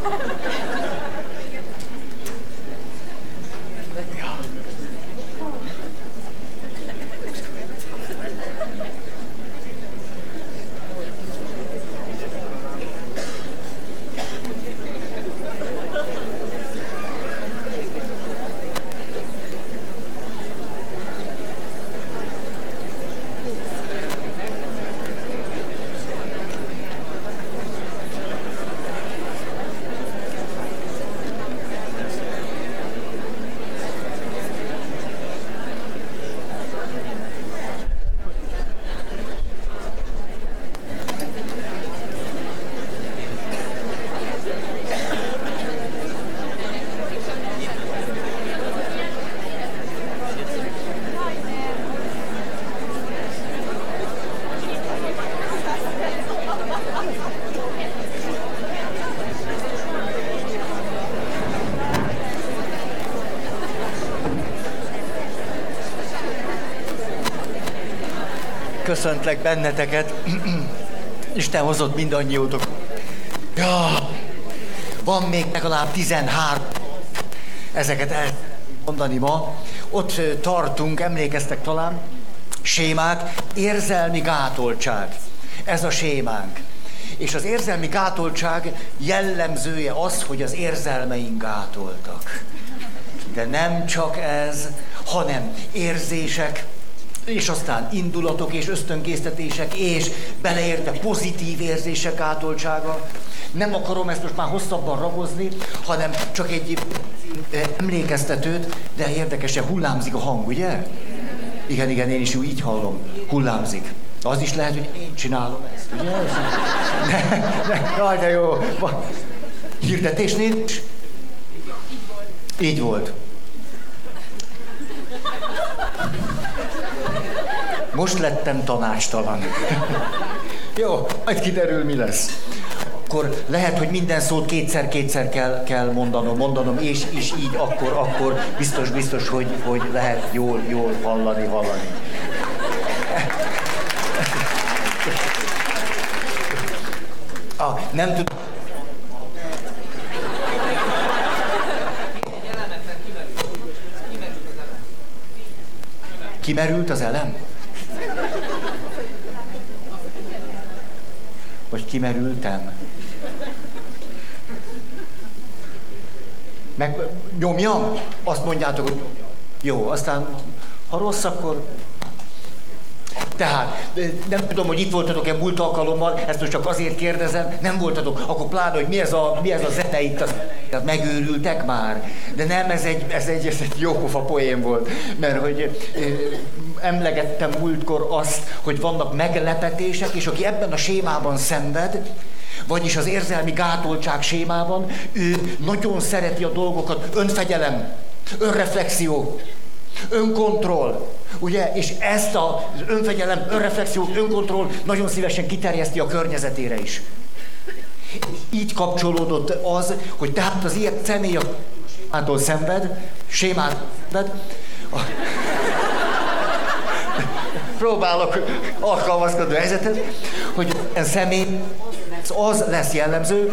Köszöntlek benneteket. Isten hozott mindannyiótok. Ja, van még legalább 13. Ezeket el mondani ma. Ott tartunk, emlékeztek talán, sémák, érzelmi gátoltság. Ez a sémánk. És az érzelmi gátoltság jellemzője az, hogy az érzelmeink gátoltak. De nem csak ez, hanem érzések, és aztán indulatok és ösztönkésztetések, és beleértve pozitív érzések gátoltsága. Nem akarom ezt most már hosszabban ragozni, hanem csak egy emlékeztetőt, de érdekesen hullámzik a hang, ugye? Igen, én is így hallom. Hullámzik. Az is lehet, hogy én csinálom ezt, ugye? Jaj, de jó. Hirdetés nincs? Így volt. Most lettem tanácstalan. Jó, majd kiderül, mi lesz. Akkor lehet, hogy minden szót kétszer kell mondanom, és így akkor biztos, hogy lehet jól hallani. Nem tudom. Kimerült az elem? Vagy kimerültem? Meg nyomjam? Azt mondjátok, hogy jó, aztán ha rossz, akkor... Tehát, nem tudom, hogy itt voltatok-e múlt alkalommal, ezt most csak azért kérdezem, nem voltatok, akkor pláne, hogy mi ez a zene itt, megőrültek már. De nem, ez egy jópofa poén volt, mert hogy emlegettem múltkor azt, hogy vannak meglepetések, és aki ebben a sémában szenved, vagyis az érzelmi gátoltság sémában, ő nagyon szereti a dolgokat, önfegyelem, önreflexió, önkontroll, ugye? És ezt az önfegyelem, önreflexió, önkontroll nagyon szívesen kiterjeszti a környezetére is. Így kapcsolódott az, hogy tehát az ilyen személy a sémától szenved, próbálok alkalmazkodni a helyzetet, hogy a személy az lesz jellemző,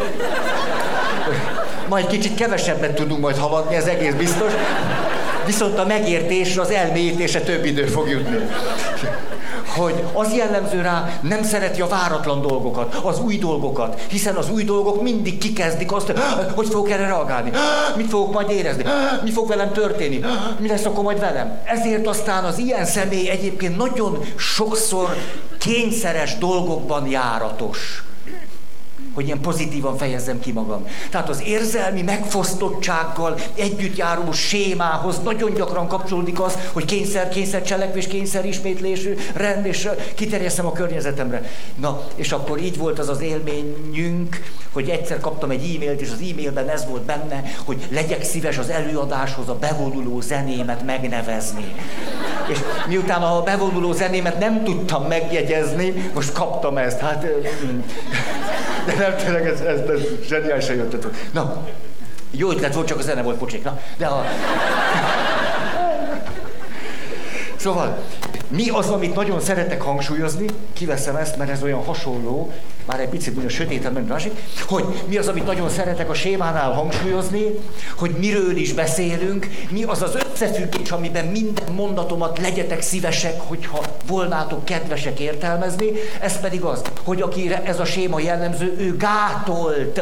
majd kicsit kevesebbet tudunk majd haladni, ez egész biztos, viszont a megértésre, az elmélyítésre több idő fog jutni. Hogy az jellemző rá, nem szereti a váratlan dolgokat, az új dolgokat, hiszen az új dolgok mindig kikezdik azt, hogy fogok erre reagálni, mit fogok majd érezni, mi fog velem történni, mi lesz akkor majd velem. Ezért aztán az ilyen személy egyébként nagyon sokszor kényszeres dolgokban járatos. Hogy ilyen pozitívan fejezzem ki magam. Tehát az érzelmi megfosztottsággal együtt járó sémához nagyon gyakran kapcsolódik az, hogy kényszer cselekvés, kényszer ismétlés, rend, és kiterjesszem a környezetemre. Na, és akkor így volt az élményünk, hogy egyszer kaptam egy e-mailt, és az e-mailben ez volt benne, hogy legyek szíves az előadáshoz a bevonuló zenémet megnevezni. És miután a bevonuló zenémet nem tudtam megjegyezni, most kaptam ezt, hát... De nem, tényleg ez zseniálisan jött. Na, jó ötlet volt, csak a zene volt pocsék. Na, de a... Szóval, mi az, amit nagyon szeretek hangsúlyozni, kiveszem ezt, mert ez olyan hasonló, már egy picit a sötétebb, mint másik, hogy mi az, amit nagyon szeretek a sémánál hangsúlyozni, hogy miről is beszélünk, mi az az összefüggés, amiben minden mondatomat legyetek szívesek, hogyha volnátok kedvesek értelmezni, ez pedig az, hogy akire ez a séma jellemző, ő gátolt.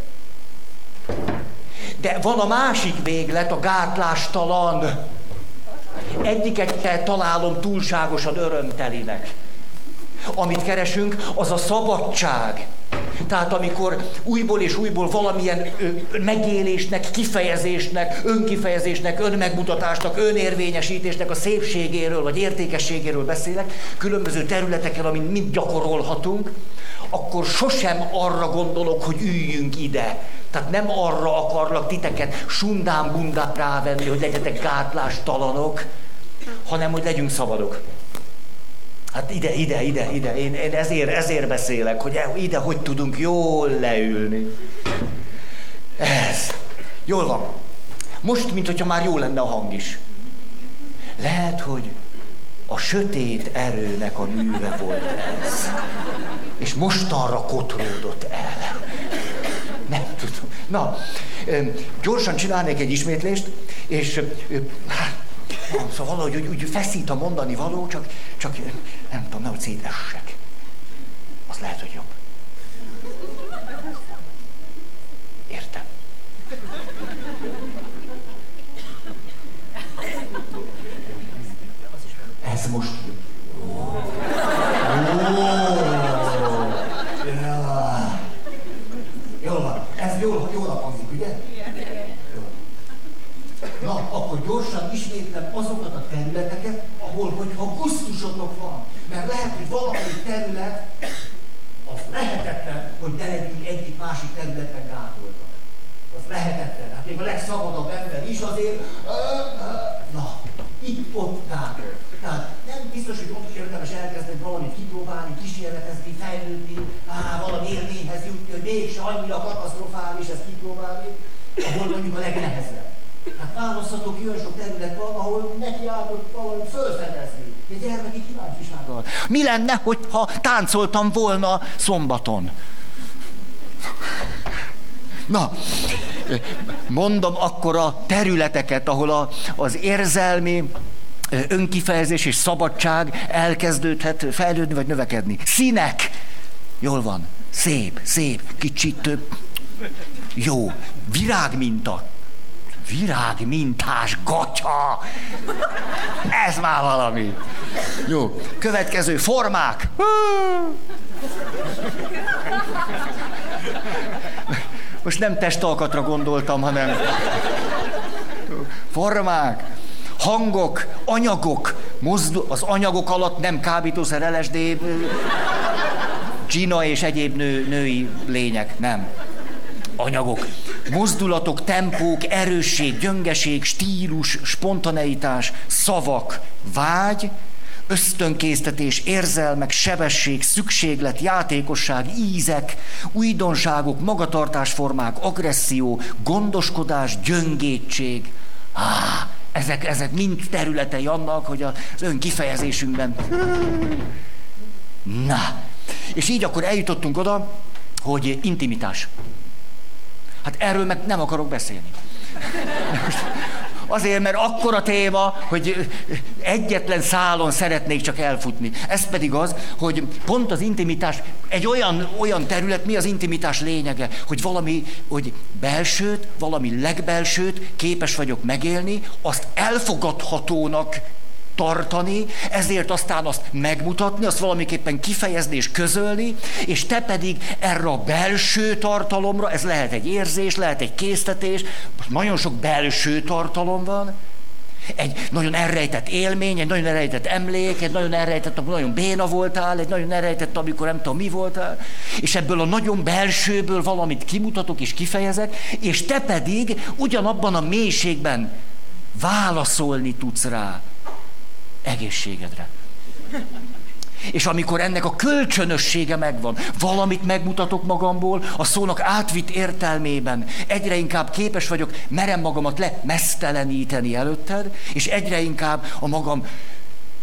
De van a másik véglet, a gátlástalan. Egyiket találom túlságosan örömtelinek. Amit keresünk, az a szabadság. Tehát amikor újból és újból valamilyen megélésnek, kifejezésnek, önkifejezésnek, önmegmutatásnak, önérvényesítésnek a szépségéről vagy értékességéről beszélek, különböző területeken, amin mind gyakorolhatunk, akkor sosem arra gondolok, hogy üljünk ide. Tehát nem arra akarlak titeket sundán-bundán rávenni, hogy legyetek gátlástalanok, hanem hogy legyünk szabadok. Hát ide. Én ezért beszélek, hogy ide hogy tudunk jól leülni. Ez. Jól van. Most, mintha már jó lenne a hang is. Lehet, hogy a sötét erőnek a műve volt ez. És mostanra kotródott el. Nem tudom. Na, gyorsan csinálnék egy ismétlést, és szóval valahogy úgy feszít a mondani való, csak nem tudom, nehogy szétessek. Az lehet, hogy jobb. Értem. Ez most... Jól van. Ez jól hangzik, ugye? Na, akkor gyorsan ismétlem azokat a területeket, ahol, hogyha gusztusotok van. Mert lehet, hogy valamelyik terület, az lehetetlen, hogy ne legyünk egyik másik területen gátoltak. Az lehetetlen. Hát még a legszabadabb ember is azért, na, itt-ott gátol. Tehát nem biztos, hogy ott is érdemes elkezdeni valamit kipróbálni, kísérletezni, fejlődni, valami élményhez jutni, hogy mégse annyira katasztrofális ezt kipróbálni, ahol mondjuk a legnehezebb. Hát választhatok, olyan sok terület van, ahol nekiálltok valamit fölfedezni. Egy gyermeki kíváncsisággal. Mi lenne, hogyha táncoltam volna szombaton? Na, mondom akkor a területeket, ahol az érzelmi önkifejezés és szabadság elkezdődhet fejlődni vagy növekedni. Színek! Jól van. Szép, kicsit több. Jó. Virágminta. Virágmintás gatya! Ez már valami. Jó. Következő formák. Most nem testalkatra gondoltam, hanem formák, hangok, anyagok. Az anyagok alatt nem kábítószer, LSD, Gina és egyéb női lények, nem. Anyagok. Mozdulatok, tempók, erősség, gyöngeség, stílus, spontaneitás, szavak, vágy, ösztönkésztetés, érzelmek, sebesség, szükséglet, játékosság, ízek, újdonságok, magatartásformák, agresszió, gondoskodás, gyöngétség. Ezek mind területei annak, hogy az önkifejezésünkben... Na, és így akkor eljutottunk oda, hogy intimitás. Hát erről meg nem akarok beszélni. Azért, mert akkora téma, hogy egyetlen szálon szeretnék csak elfutni. Ez pedig az, hogy pont az intimitás, egy olyan terület, mi az intimitás lényege, hogy belsőt, valami legbelsőt képes vagyok megélni, azt elfogadhatónak tartani, ezért aztán azt megmutatni, azt valamiképpen kifejezni és közölni, és te pedig erre a belső tartalomra, ez lehet egy érzés, lehet egy késztetés, nagyon sok belső tartalom van, egy nagyon elrejtett élmény, egy nagyon elrejtett emlék, egy nagyon elrejtett, amikor nagyon béna voltál, egy nagyon elrejtett, amikor nem tudom mi voltál, és ebből a nagyon belsőből valamit kimutatok és kifejezek, és te pedig ugyanabban a mélységben válaszolni tudsz rá egészségedre. És amikor ennek a kölcsönössége megvan, valamit megmutatok magamból, a szónak átvitt értelmében, egyre inkább képes vagyok merem magamat lemezteleníteni előtted, és egyre inkább a magam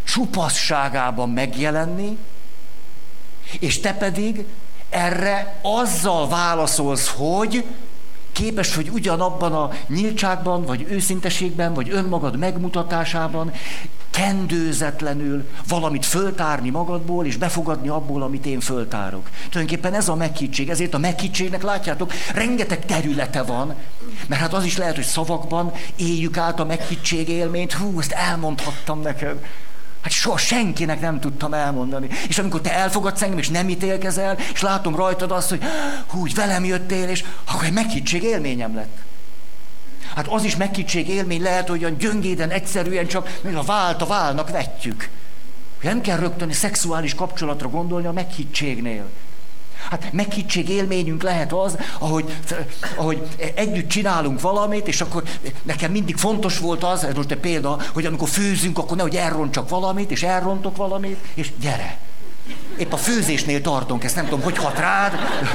csupasságában megjelenni, és te pedig erre azzal válaszolsz, hogy képes vagy ugyanabban a nyíltságban, vagy őszinteségben, vagy önmagad megmutatásában kendőzetlenül valamit föltárni magadból, és befogadni abból, amit én föltárok. Tulajdonképpen ez a meghittség. Ezért a meghitségnek, látjátok, rengeteg területe van, mert hát az is lehet, hogy szavakban éljük át a meghittség élményt. Hú, ezt elmondhattam neked. Hát soha senkinek nem tudtam elmondani. És amikor te elfogadsz engem, és nem ítélkezel, és látom rajtad azt, hogy hú, hogy velem jöttél, és akkor egy meghittség élményem lett. Hát az is meghittség élmény lehet, hogy olyan gyöngéden, egyszerűen csak, mint a vált a válnak vetjük. Nem kell rögtön szexuális kapcsolatra gondolni a meghittségnél. Hát meghittség élményünk lehet az, ahogy együtt csinálunk valamit, és akkor nekem mindig fontos volt az, ez most egy példa, hogy amikor főzünk, akkor nehogy elrontsak valamit, és elrontok valamit, és gyere. Épp a főzésnél tartunk, ezt nem tudom, hogy hat rád.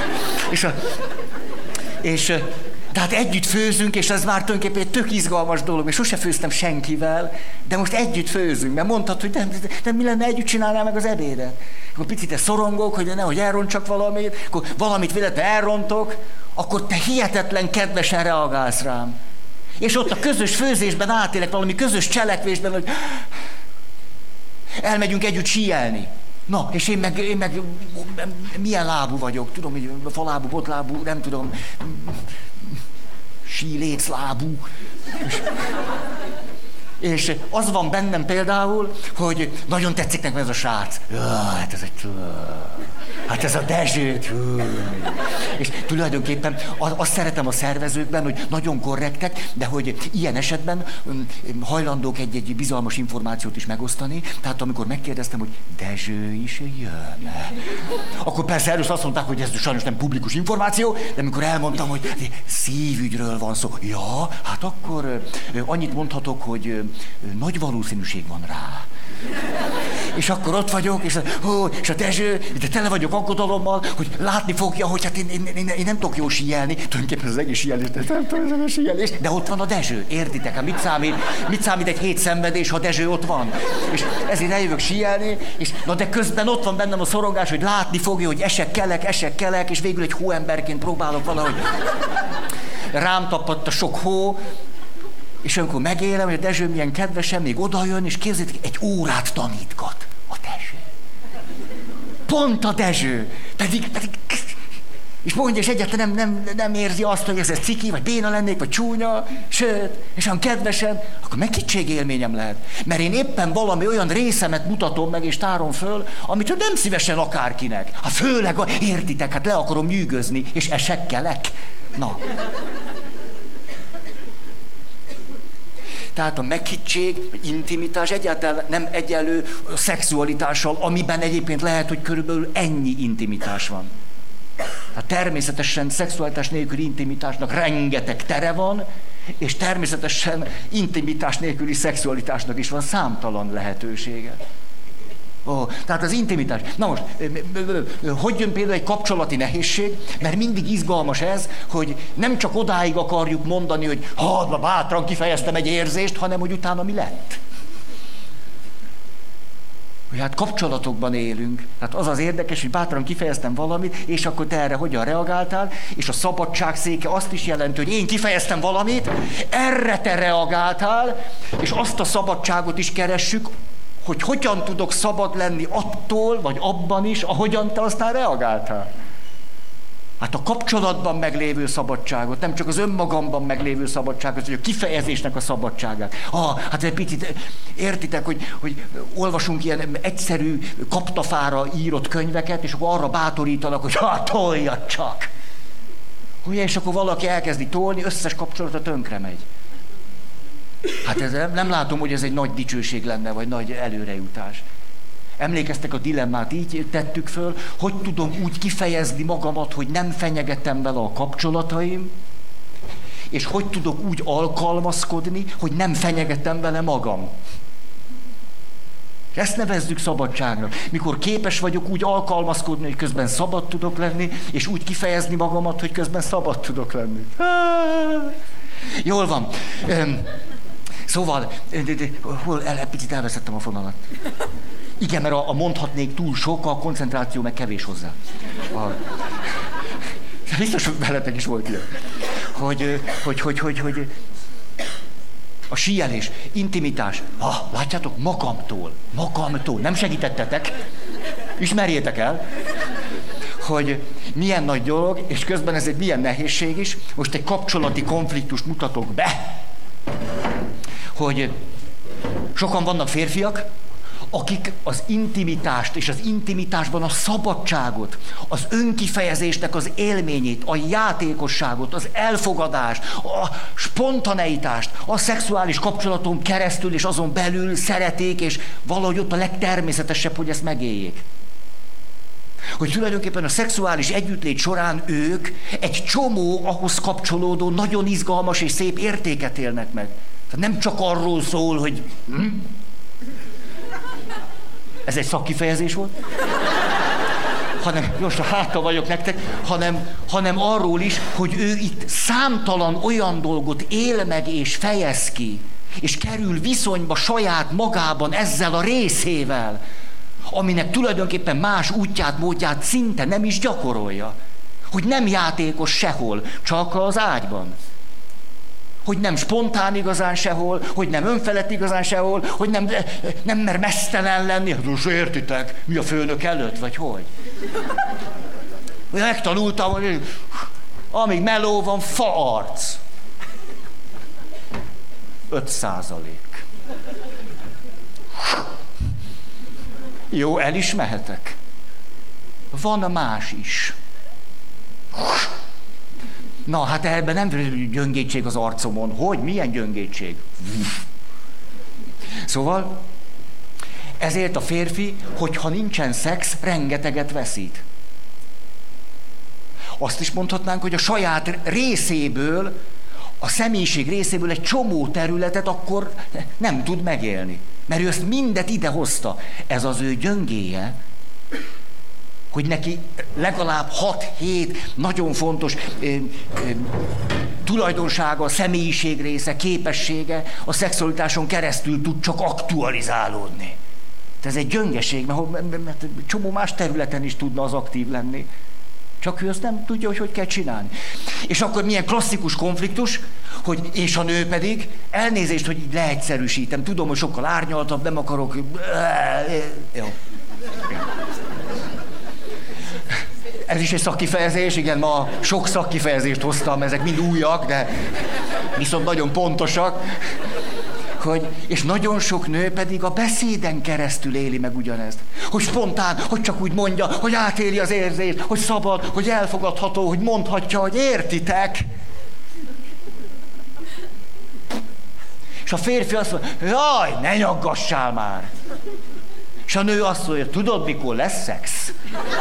Tehát együtt főzünk, és ez már tulajdonképpen egy tök izgalmas dolog, és sose főztem senkivel, de most együtt főzünk, mert mondtad, hogy de mi lenne, együtt csinálnál meg az ebédet. Akkor picit szorongok, hogy nehogy elrontsak valamit, akkor valamit véletlenül elrontok, akkor te hihetetlen kedvesen reagálsz rám. És ott a közös főzésben átélek valami közös cselekvésben, hogy elmegyünk együtt síelni. Na, és én meg milyen lábú vagyok, tudom, hogy falábú, botlábú, nem tudom, síléclábú. És az van bennem például, hogy nagyon tetszik nekem ez a srác. Hát ez a Dezső. És tulajdonképpen azt szeretem a szervezőkben, hogy nagyon korrektek, de hogy ilyen esetben hajlandók egy bizalmas információt is megosztani. Tehát amikor megkérdeztem, hogy Dezső is jön, akkor persze először azt mondták, hogy ez sajnos nem publikus információ, de amikor elmondtam, hogy szívügyről van szó, ja, hát akkor annyit mondhatok, hogy nagy valószínűség van rá. És akkor ott vagyok, és a Dezső, de tele vagyok aggodalommal, hogy látni fogja, hogy hát én nem tudok jól síelni. Tulajdonképpen az egész síelés, nem tudom, az egész síelés. De ott van a Dezső, értitek? Hát mit számít egy hét szenvedés, ha Dezső ott van? És ezért eljövök síelni, és na de közben ott van bennem a szorongás, hogy látni fogja, hogy esek, kelek, és végül egy hóemberként próbálok valahogy. Rám tapadt a sok hó, és amikor megélem, hogy a Dezső milyen kedvesen, még odajön, és képzeljétek, egy órát tanítgat a Dezső. Pont a Dezső. Pedig és mondja, és egyáltalán nem érzi azt, hogy ez ciki, vagy béna lennék, vagy csúnya, sőt, és olyan kedvesen, akkor meghittség élményem lehet. Mert én éppen valami olyan részemet mutatom meg, és tárom föl, amit nem szívesen akárkinek. Hát főleg, értitek, hát le akarom nyűgözni, és esekkelek. Na. Tehát a meghittség, intimitás egyáltalán nem egyenlő szexualitással, amiben egyébként lehet, hogy körülbelül ennyi intimitás van. Hát természetesen szexualitás nélküli intimitásnak rengeteg tere van, és természetesen intimitás nélküli szexualitásnak is van számtalan lehetősége. Tehát az intimitás. Na most, hogy jön például egy kapcsolati nehézség? Mert mindig izgalmas ez, hogy nem csak odáig akarjuk mondani, hogy bátran kifejeztem egy érzést, hanem hogy utána mi lett. Hogy hát kapcsolatokban élünk. Hát az az érdekes, hogy bátran kifejeztem valamit, és akkor te erre hogyan reagáltál, és a szabadság széke azt is jelenti, hogy én kifejeztem valamit, erre te reagáltál, és azt a szabadságot is keressük, hogy hogyan tudok szabad lenni attól, vagy abban is, ahogyan te aztán reagáltál. Hát a kapcsolatban meglévő szabadságot, nem csak az önmagamban meglévő szabadságot, hogy a kifejezésnek a szabadságát. Hát egy picit értitek, hogy olvasunk ilyen egyszerű kaptafára írott könyveket, és akkor arra bátorítanak, hogy tolja csak. Ugye, és akkor valaki elkezdi tolni, összes kapcsolata tönkre megy. Hát ez, nem látom, hogy ez egy nagy dicsőség lenne, vagy nagy előrejutás. Emlékeztek, a dilemmát így tettük föl, hogy tudom úgy kifejezni magamat, hogy nem fenyegetem vele a kapcsolataim, és hogy tudok úgy alkalmazkodni, hogy nem fenyegetem vele magam. Ezt nevezzük szabadságnak. Mikor képes vagyok úgy alkalmazkodni, hogy közben szabad tudok lenni, és úgy kifejezni magamat, hogy közben szabad tudok lenni. Jól van. Szóval, picit elveszettem a fonalat. Igen, mert a mondhatnék túl sok, a koncentráció meg kevés hozzá. Biztos, hogy veletek is volt ilyen. Hogy a síelés, intimitás. Látjátok, magamtól. Nem segítettetek. Ismerjétek el, hogy milyen nagy dolog, és közben ez egy milyen nehézség is. Most egy kapcsolati konfliktust mutatok be, hogy sokan vannak férfiak, akik az intimitást és az intimitásban a szabadságot, az önkifejezésnek az élményét, a játékosságot, az elfogadást, a spontaneitást, a szexuális kapcsolaton keresztül és azon belül szeretik, és valahogy ott a legtermészetesebb, hogy ezt megéljék. Hogy tulajdonképpen a szexuális együttlét során ők egy csomó ahhoz kapcsolódó, nagyon izgalmas és szép értéket élnek meg. Tehát nem csak arról szól, hogy... Ez egy szakkifejezés volt? Most a hátra vagyok nektek, hanem arról is, hogy ő itt számtalan olyan dolgot él meg és fejez ki, és kerül viszonyba saját magában ezzel a részével, aminek tulajdonképpen más útját, módját szinte nem is gyakorolja. Hogy nem játékos sehol, csak az ágyban. Hogy nem spontán igazán sehol, hogy nem önfelett igazán sehol, hogy nem mer meztelen lenni. Hát most értitek, mi a főnök előtt, vagy hogy? Megtanultam, hogy amíg meló van, faarc. 5%. Jó, el is mehetek. Van más is. Na, hát ebben nem gyöngétség az arcomon. Hogy? Milyen gyöngétség? Szóval, ezért a férfi, hogyha nincsen szex, rengeteget veszít. Azt is mondhatnánk, hogy a saját részéből, a személyiség részéből egy csomó területet akkor nem tud megélni. Mert ő ezt mindet idehozta. Ez az ő gyöngéje, hogy neki legalább 6-7 nagyon fontos tulajdonsága, személyiség része, képessége a szexualitáson keresztül tud csak aktualizálódni. Ez egy gyöngeség, mert csomó más területen is tudna az aktív lenni. Csak ő azt nem tudja, hogy kell csinálni. És akkor milyen klasszikus konfliktus, hogy és a nő pedig, elnézést, hogy így leegyszerűsítem, tudom, hogy sokkal árnyaltabb, nem akarok... Jó. Ez is egy szakkifejezés, igen, ma sok szakkifejezést hoztam, ezek mind újak, de viszont nagyon pontosak. És nagyon sok nő pedig a beszéden keresztül éli meg ugyanezt. Hogy spontán, hogy csak úgy mondja, hogy átéli az érzést, hogy szabad, hogy elfogadható, hogy mondhatja, hogy értitek. És a férfi azt mondja, jaj, ne nyaggassál már. És a nő azt mondja, tudod, mikor lesz szex?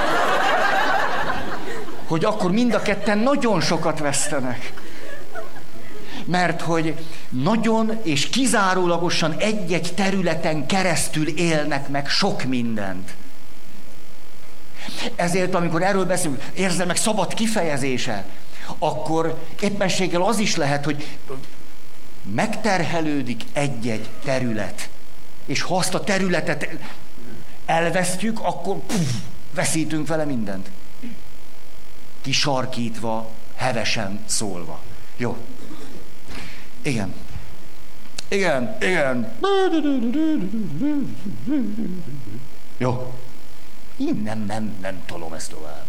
Hogy akkor mind a ketten nagyon sokat vesztenek. Mert hogy nagyon és kizárólagosan egy-egy területen keresztül élnek meg sok mindent. Ezért, amikor erről beszélünk, érzelmek szabad kifejezése, akkor éppenséggel az is lehet, hogy megterhelődik egy-egy terület. És ha azt a területet elvesztjük, akkor veszítünk vele mindent. Kisarkítva, hevesen szólva. Jó. Igen. Jó. Én nem tolom ezt tovább.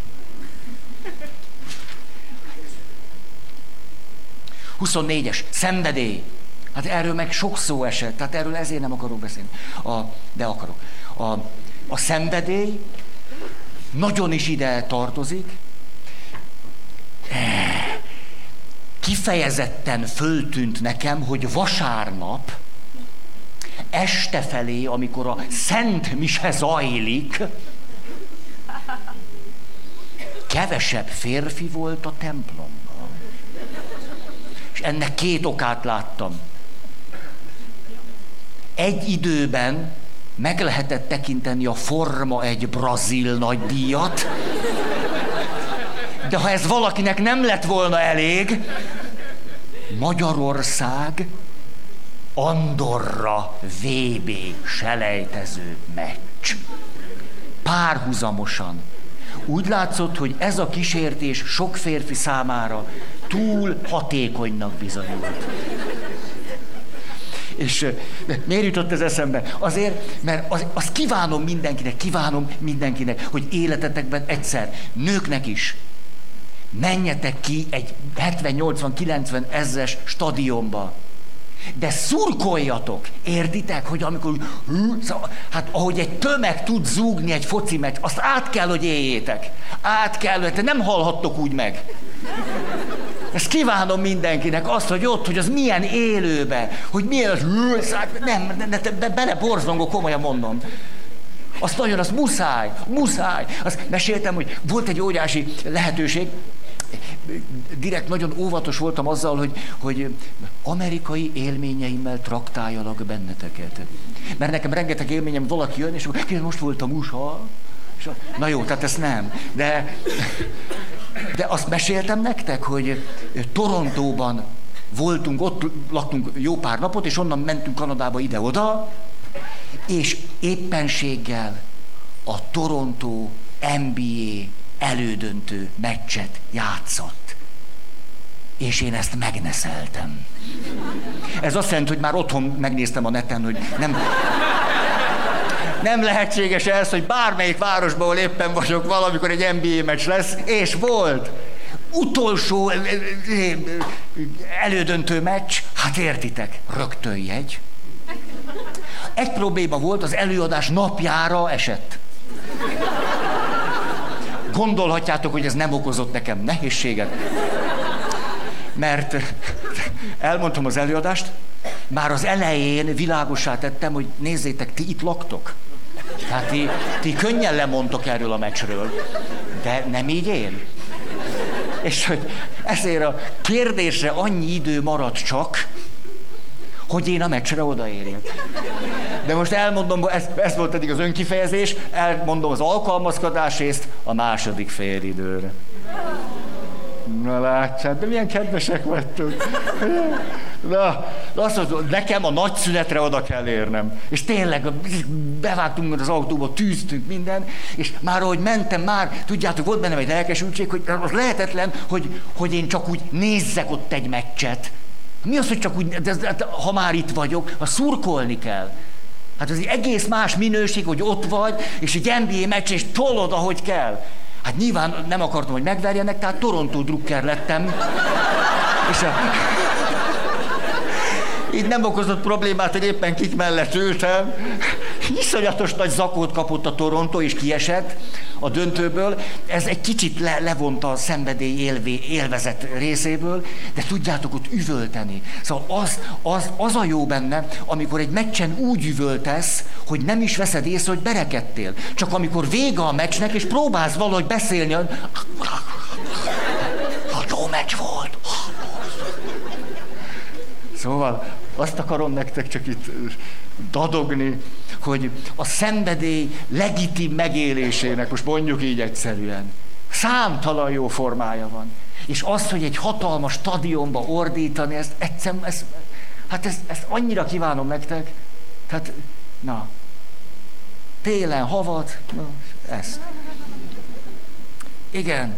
24-es, szenvedély. Hát erről meg sok szó esett, tehát erről ezért nem akarok beszélni. De akarok. A szenvedély nagyon is ide tartozik. Kifejezetten föltűnt nekem, hogy vasárnap este felé, amikor a Szent Mise zajlik, kevesebb férfi volt a templomban. És ennek 2 okát láttam. Egy időben meg lehetett tekinteni a Forma 1 brazil nagydíjat, de ha ez valakinek nem lett volna elég, Magyarország Andorra VB selejtező meccs. Párhuzamosan. Úgy látszott, hogy ez a kísértés sok férfi számára túl hatékonynak bizonyult. És miért jutott ez eszembe? Azért, mert azt kívánom mindenkinek, hogy életetekben egyszer, nőknek is, menjetek ki egy 70-80-90 ezres stadionba. De szurkoljatok, értitek, hogy amikor, hát ahogy egy tömeg tud zúgni egy foci meccs, azt át kell, hogy éljétek. Át kell, hogy nem hallhattok úgy meg. Ezt kívánom mindenkinek, azt, hogy ott, hogy az milyen élőbe, hogy milyen az, beleborzongok, komolyan mondom. Azt nagyon, az muszáj. Azt meséltem, hogy volt egy óriási lehetőség, direkt nagyon óvatos voltam azzal, hogy amerikai élményeimmel traktáljalak benneteket. Mert nekem rengeteg élményem, valaki jön, és akkor most volt a USA. Na jó, tehát ezt nem. De azt meséltem nektek, hogy Torontóban voltunk, ott laktunk jó pár napot, és onnan mentünk Kanadába ide-oda, és éppenséggel a Toronto NBA elődöntő meccset játszott. És én ezt megneszeltem. Ez azt jelenti, hogy már otthon megnéztem a neten, hogy nem lehetséges ez, hogy bármelyik városban, ahol éppen vagyok, valamikor egy NBA meccs lesz, és volt. Utolsó elődöntő meccs, hát értitek, rögtön jegy. Egy probléma volt, az előadás napjára esett. Gondolhatjátok, hogy ez nem okozott nekem nehézséget. Mert elmondtam az előadást, már az elején világossá tettem, hogy nézzétek, ti itt laktok. Tehát ti könnyen lemondtok erről a meccsről, de nem így én. És hogy ezért a kérdésre annyi idő maradt csak, hogy én a meccsre odaérjek. De most elmondom, ez volt eddig az önkifejezés, elmondom az alkalmazkodás részt a második félidőre. Na látját, de milyen kedvesek vagytok. Na, azt mondom, nekem a nagy szünetre oda kell érnem. És tényleg bevágtunk az autóba, tűztünk minden, és már ahogy mentem, már tudjátok, volt bennem egy lelkesültség, hogy az lehetetlen, hogy én csak úgy nézzek ott egy meccset. Mi az, hogy csak úgy, ha már itt vagyok, ha szurkolni kell. Hát az egy egész más minőség, hogy ott vagy, és egy NBA meccs, és tolod, ahogy kell. Hát nyilván nem akartam, hogy megverjenek, tehát Toronto drukker lettem. És így nem okozott problémát, hogy éppen kik mellett ültem. Iszonyatos nagy zakót kapott a Toronto, és kiesett a döntőből. Ez egy kicsit levonta a szenvedély élvezet részéből, de tudjátok, ott üvölteni. Szóval az a jó benne, amikor egy meccsen úgy üvöltesz, hogy nem is veszed észre, hogy berekedtél. Csak amikor vége a meccsnek, és próbálsz valahogy beszélni, jó meccs volt. Szóval azt akarom nektek csak itt dadogni, hogy a szenvedély legitim megélésének, most mondjuk így egyszerűen, számtalan jó formája van. És az, hogy egy hatalmas stadionba ordítani, ezt annyira kívánom nektek, tehát, na, télen, havat, na, ezt. Igen.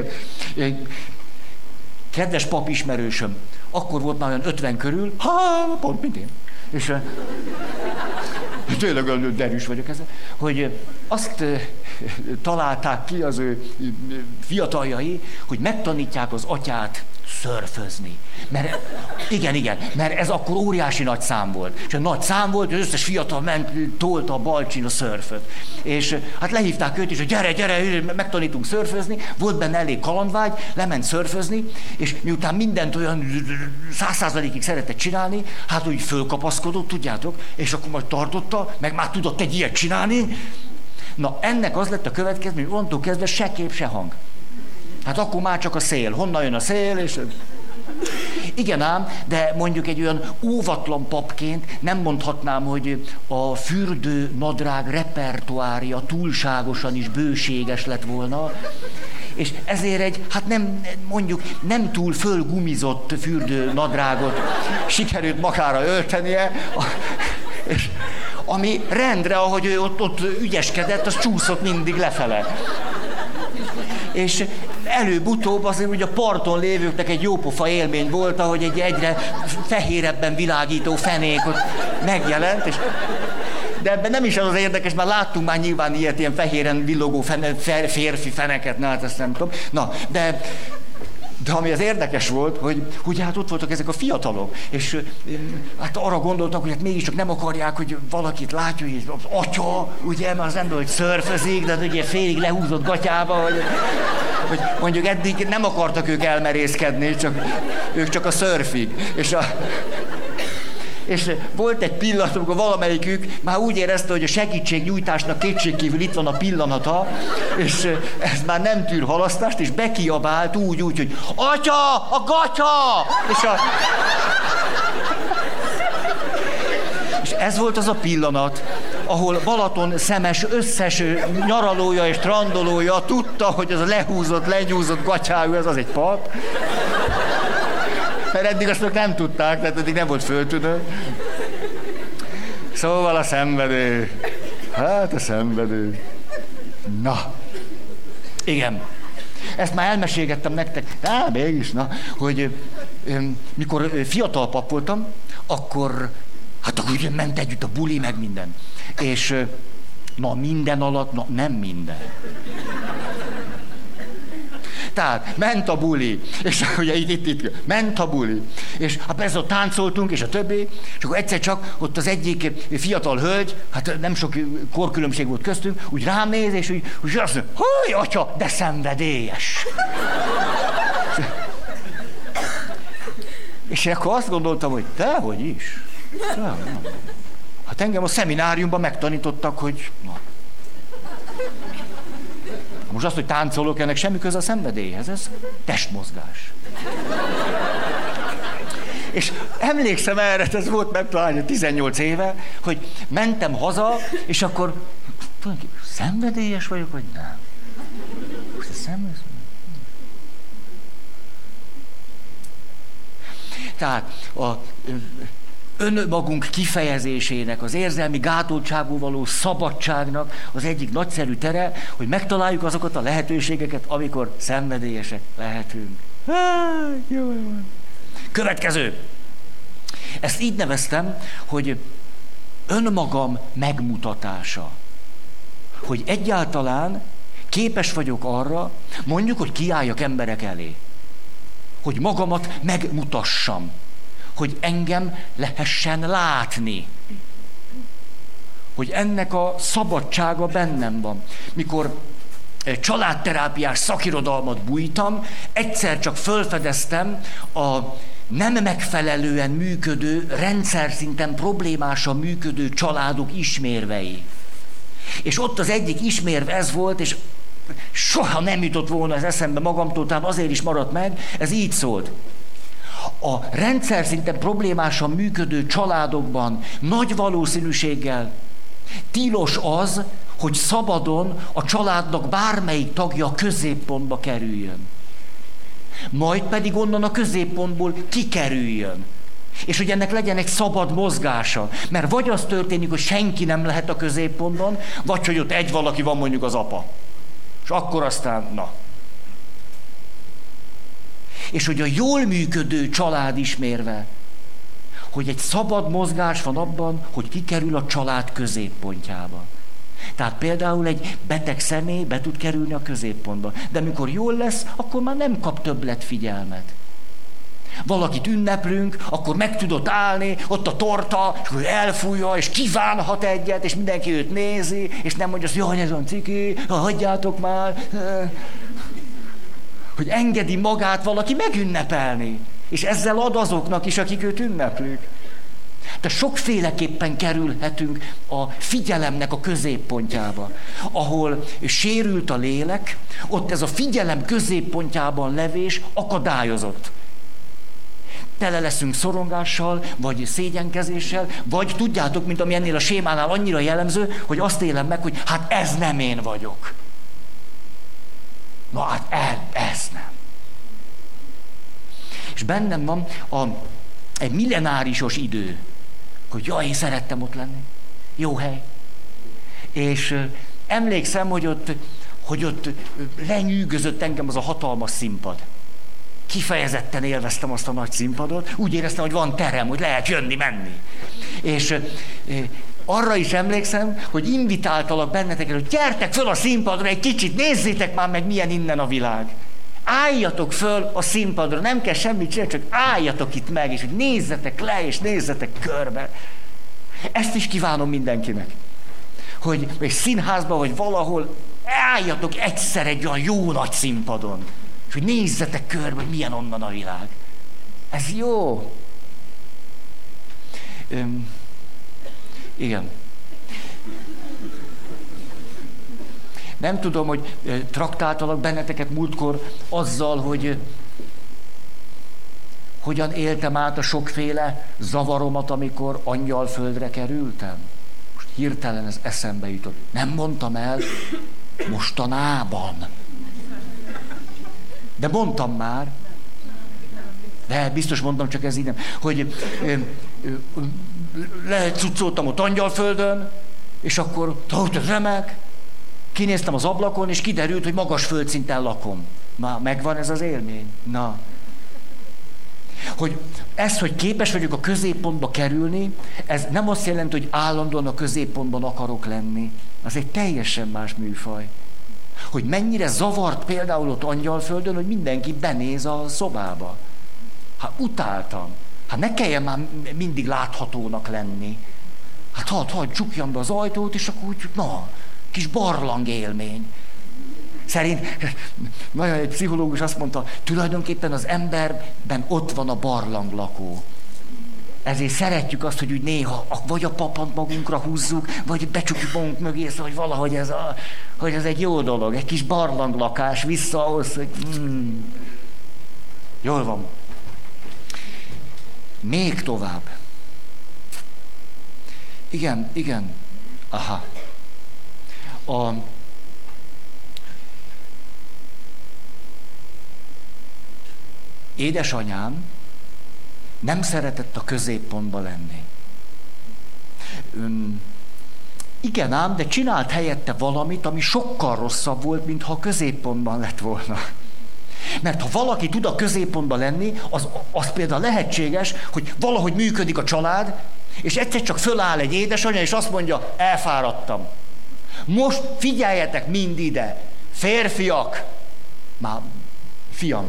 Kedves pap ismerősöm, akkor volt már olyan 50 körül, pont mint én. És tényleg olyan derűs vagyok ezzel, hogy azt találták ki az ő fiataljai, hogy megtanítják az atyát szörfözni. Mert mert ez akkor óriási nagy szám volt. És a nagy szám volt, az összes fiatal ment, tolta a balcsin a szörföt. És hát lehívták őt is, hogy gyere, megtanítunk szörfözni. Volt benne elég kalandvágy, lement szörfözni, és miután mindent olyan 100%-ig szeretett csinálni, hát úgy fölkapaszkodott, tudjátok, és akkor majd tartotta, meg már tudott egy ilyet csinálni. Na, ennek az lett a következmény, hogy onnantól kezdve se kép, se hang. Hát akkor már csak a szél. Honnan jön a szél, és... Igen ám, de mondjuk egy olyan óvatlan papként nem mondhatnám, hogy a fürdő nadrág repertoárja túlságosan is bőséges lett volna, És ezért hát nem túl fölgumizott fürdőnadrágot sikerült magára öltenie, és ami rendre, ahogy ő ott ügyeskedett, az csúszott mindig lefele. És előbb-utóbb azért ugye a parton lévőknek egy jópofa élmény volt, ahogy egy egyre fehérebben világító fenék ott megjelent, de ebben nem is az érdekes, mert láttunk már nyilván ilyen fehéren villogó férfi feneket, hát ezt nem tudom. De ami az érdekes volt, hogy hát ott voltak ezek a fiatalok, és hát arra gondoltak, hogy hát mégiscsak nem akarják, hogy valakit látja, hogy az atya, ugye, mert az ember, hogy szörfözik, de ugye félig lehúzott gatyába, hogy mondjuk eddig nem akartak ők elmerészkedni, ők csak a szörfig. És volt egy pillanat, amikor valamelyikük már úgy érezte, hogy a segítségnyújtásnak kétségkívül itt van a pillanata, és ez már nem tűr halasztást, és bekiabált úgy, hogy atya, a gatya! És ez volt az a pillanat, ahol Balaton szemes összes nyaralója és strandolója tudta, hogy az a lenyúzott gatyájú, ez az egy pap. Mert eddig azt még nem tudták, tehát eddig nem volt föltűnő. Szóval a szenvedő. Hát a szenvedő. Na. Igen. Ezt már elmesélgettem nektek. Mégis, hogy mikor fiatal pap voltam, akkor ugye ment együtt a buli, meg minden. És minden alatt, nem minden. Tehát ment a buli, és ugye itt ment a buli, és hát persze ott táncoltunk, és a többi, és akkor egyszer csak ott az egyik fiatal hölgy, hát nem sok korkülönbség volt köztünk, úgy rám néz, és úgy azt mondja, hogy atya, de szenvedélyes. És akkor azt gondoltam, hogy dehogy is. Hát engem a szemináriumban megtanítottak, hogy most azt, hogy táncolok, ennek semmi köze a szenvedélyhez, ez testmozgás. És emlékszem erre, ez volt meg talán 18 éve, hogy mentem haza, és akkor szenvedélyes vagyok, vagy nem? Most a szenvedélyes? Tehát önmagunk kifejezésének, az érzelmi gátoltságú való szabadságnak az egyik nagyszerű tere, hogy megtaláljuk azokat a lehetőségeket, amikor szenvedélyesek lehetünk. Jó van. Következő. Ezt így neveztem, hogy önmagam megmutatása. Hogy egyáltalán képes vagyok arra, mondjuk, hogy kiálljak emberek elé. Hogy magamat megmutassam. Hogy engem lehessen látni. Hogy ennek a szabadsága bennem van. Mikor családterápiás szakirodalmat bújtam, egyszer csak felfedeztem a nem megfelelően működő, rendszer szinten problémásan működő családok ismérvei. És ott az egyik ismérv ez volt, és soha nem jutott volna ez eszembe magamtól, talán azért is maradt meg, ez így szólt. A rendszer szinten problémásan működő családokban nagy valószínűséggel tilos az, hogy szabadon a családnak bármelyik tagja középpontba kerüljön. Majd pedig onnan a középpontból kikerüljön. És hogy ennek legyen egy szabad mozgása. Mert vagy az történik, hogy senki nem lehet a középpontban, vagy hogy ott egy valaki van, mondjuk az apa. És akkor aztán, na. És hogy a jól működő család ismérve, hogy egy szabad mozgás van abban, hogy kikerül a család középpontjába. Tehát például egy beteg személy be tud kerülni a középpontba. De mikor jól lesz, akkor már nem kap többlet figyelmet. Valakit ünneplünk, akkor meg tudott állni, ott a torta, és akkor elfújja, és kívánhat egyet, és mindenki őt nézi, és nem mondja azt, jaj, ez olyan ciki, hagyjátok már. Hogy engedi magát valaki megünnepelni, és ezzel ad azoknak is, akik őt ünneplik. De sokféleképpen kerülhetünk a figyelemnek a középpontjába. Ahol sérült a lélek, ott ez a figyelem középpontjában levés akadályozott. Tele leszünk szorongással, vagy szégyenkezéssel, vagy tudjátok, mint ami ennél a sémánál annyira jellemző, hogy azt élem meg, hogy hát ez nem én vagyok. Na hát ez nem. És bennem van egy millenárisos idő, hogy jaj, én szerettem ott lenni. Jó hely. És emlékszem, hogy ott lenyűgözött engem az a hatalmas színpad. Kifejezetten élveztem azt a nagy színpadot, úgy éreztem, hogy van terem, hogy lehet jönni, menni. És arra is emlékszem, hogy invitáltalak benneteket, hogy gyertek föl a színpadra egy kicsit, nézzétek már meg, milyen innen a világ. Álljatok föl a színpadra, nem kell semmit csinálni, csak álljatok itt meg, és hogy nézzetek le, és nézzetek körbe. Ezt is kívánom mindenkinek. Hogy egy színházban, vagy valahol álljatok egyszer egy olyan jó nagy színpadon, és hogy nézzetek körbe, hogy milyen onnan a világ. Ez jó. Igen. Nem tudom, hogy traktáltalak benneteket múltkor azzal, hogy hogyan éltem át a sokféle zavaromat, amikor Angyalföldre kerültem. Most hirtelen ez eszembe jutott. Nem mondtam el mostanában. De mondtam már. De biztos mondtam, csak ez így nem. Hogy lecucoltam ott Angyalföldön, és akkor, hogy ez remek, kinéztem az ablakon, és kiderült, hogy magas földszinten lakom. Na, megvan ez az élmény? Na. Hogy képes vagyok a középpontba kerülni, ez nem azt jelenti, hogy állandóan a középpontban akarok lenni. Az egy teljesen más műfaj. Hogy mennyire zavart például ott Angyalföldön, hogy mindenki benéz a szobába. Hát utáltam. Hát ne kelljen már mindig láthatónak lenni. Hát hadd csukjam be az ajtót, és akkor úgy, na, kis barlang élmény. Szerint, nagyon egy pszichológus azt mondta, tulajdonképpen az emberben ott van a barlanglakó. Ezért szeretjük azt, hogy úgy néha vagy a papant magunkra húzzuk, vagy becsukjuk magunk mögé, szóval, hogy valahogy hogy ez egy jó dolog, egy kis barlanglakás vissza ahhoz, hogy jól van. Még tovább. Igen. Aha. Édesanyám nem szeretett a középpontba lenni. Igen ám, de csinált helyette valamit, ami sokkal rosszabb volt, mintha a középpontban lett volna. Mert ha valaki tud a középpontban lenni, az például lehetséges, hogy valahogy működik a család, és egyszer csak föláll egy édesanyja, és azt mondja, elfáradtam. Most figyeljetek mind ide, férfiak, már fiam,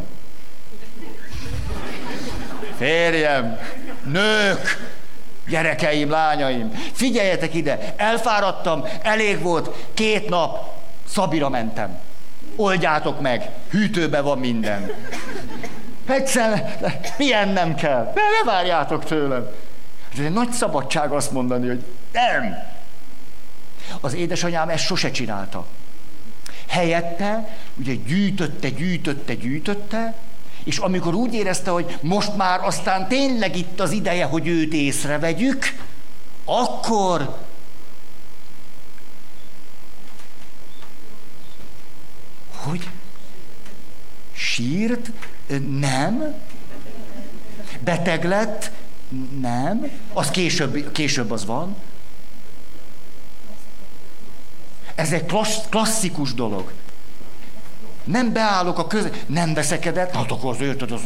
férjem, nők, gyerekeim, lányaim, figyeljetek ide, elfáradtam, elég volt, 2 nap Szabira mentem. Oldjátok meg, hűtőben van minden. Egyszer pihennem kell, ne várjátok tőlem. Ez egy nagy szabadság azt mondani, hogy nem. Az édesanyám ezt sose csinálta. Helyette ugye gyűjtötte, és amikor úgy érezte, hogy most már aztán tényleg itt az ideje, hogy őt észrevegyük, akkor hogy sírt? Nem. Beteg lett? Nem. Az később az van. Ez egy klasszikus dolog. Nem beállok a nem veszekedett, hát akkor az érted, az...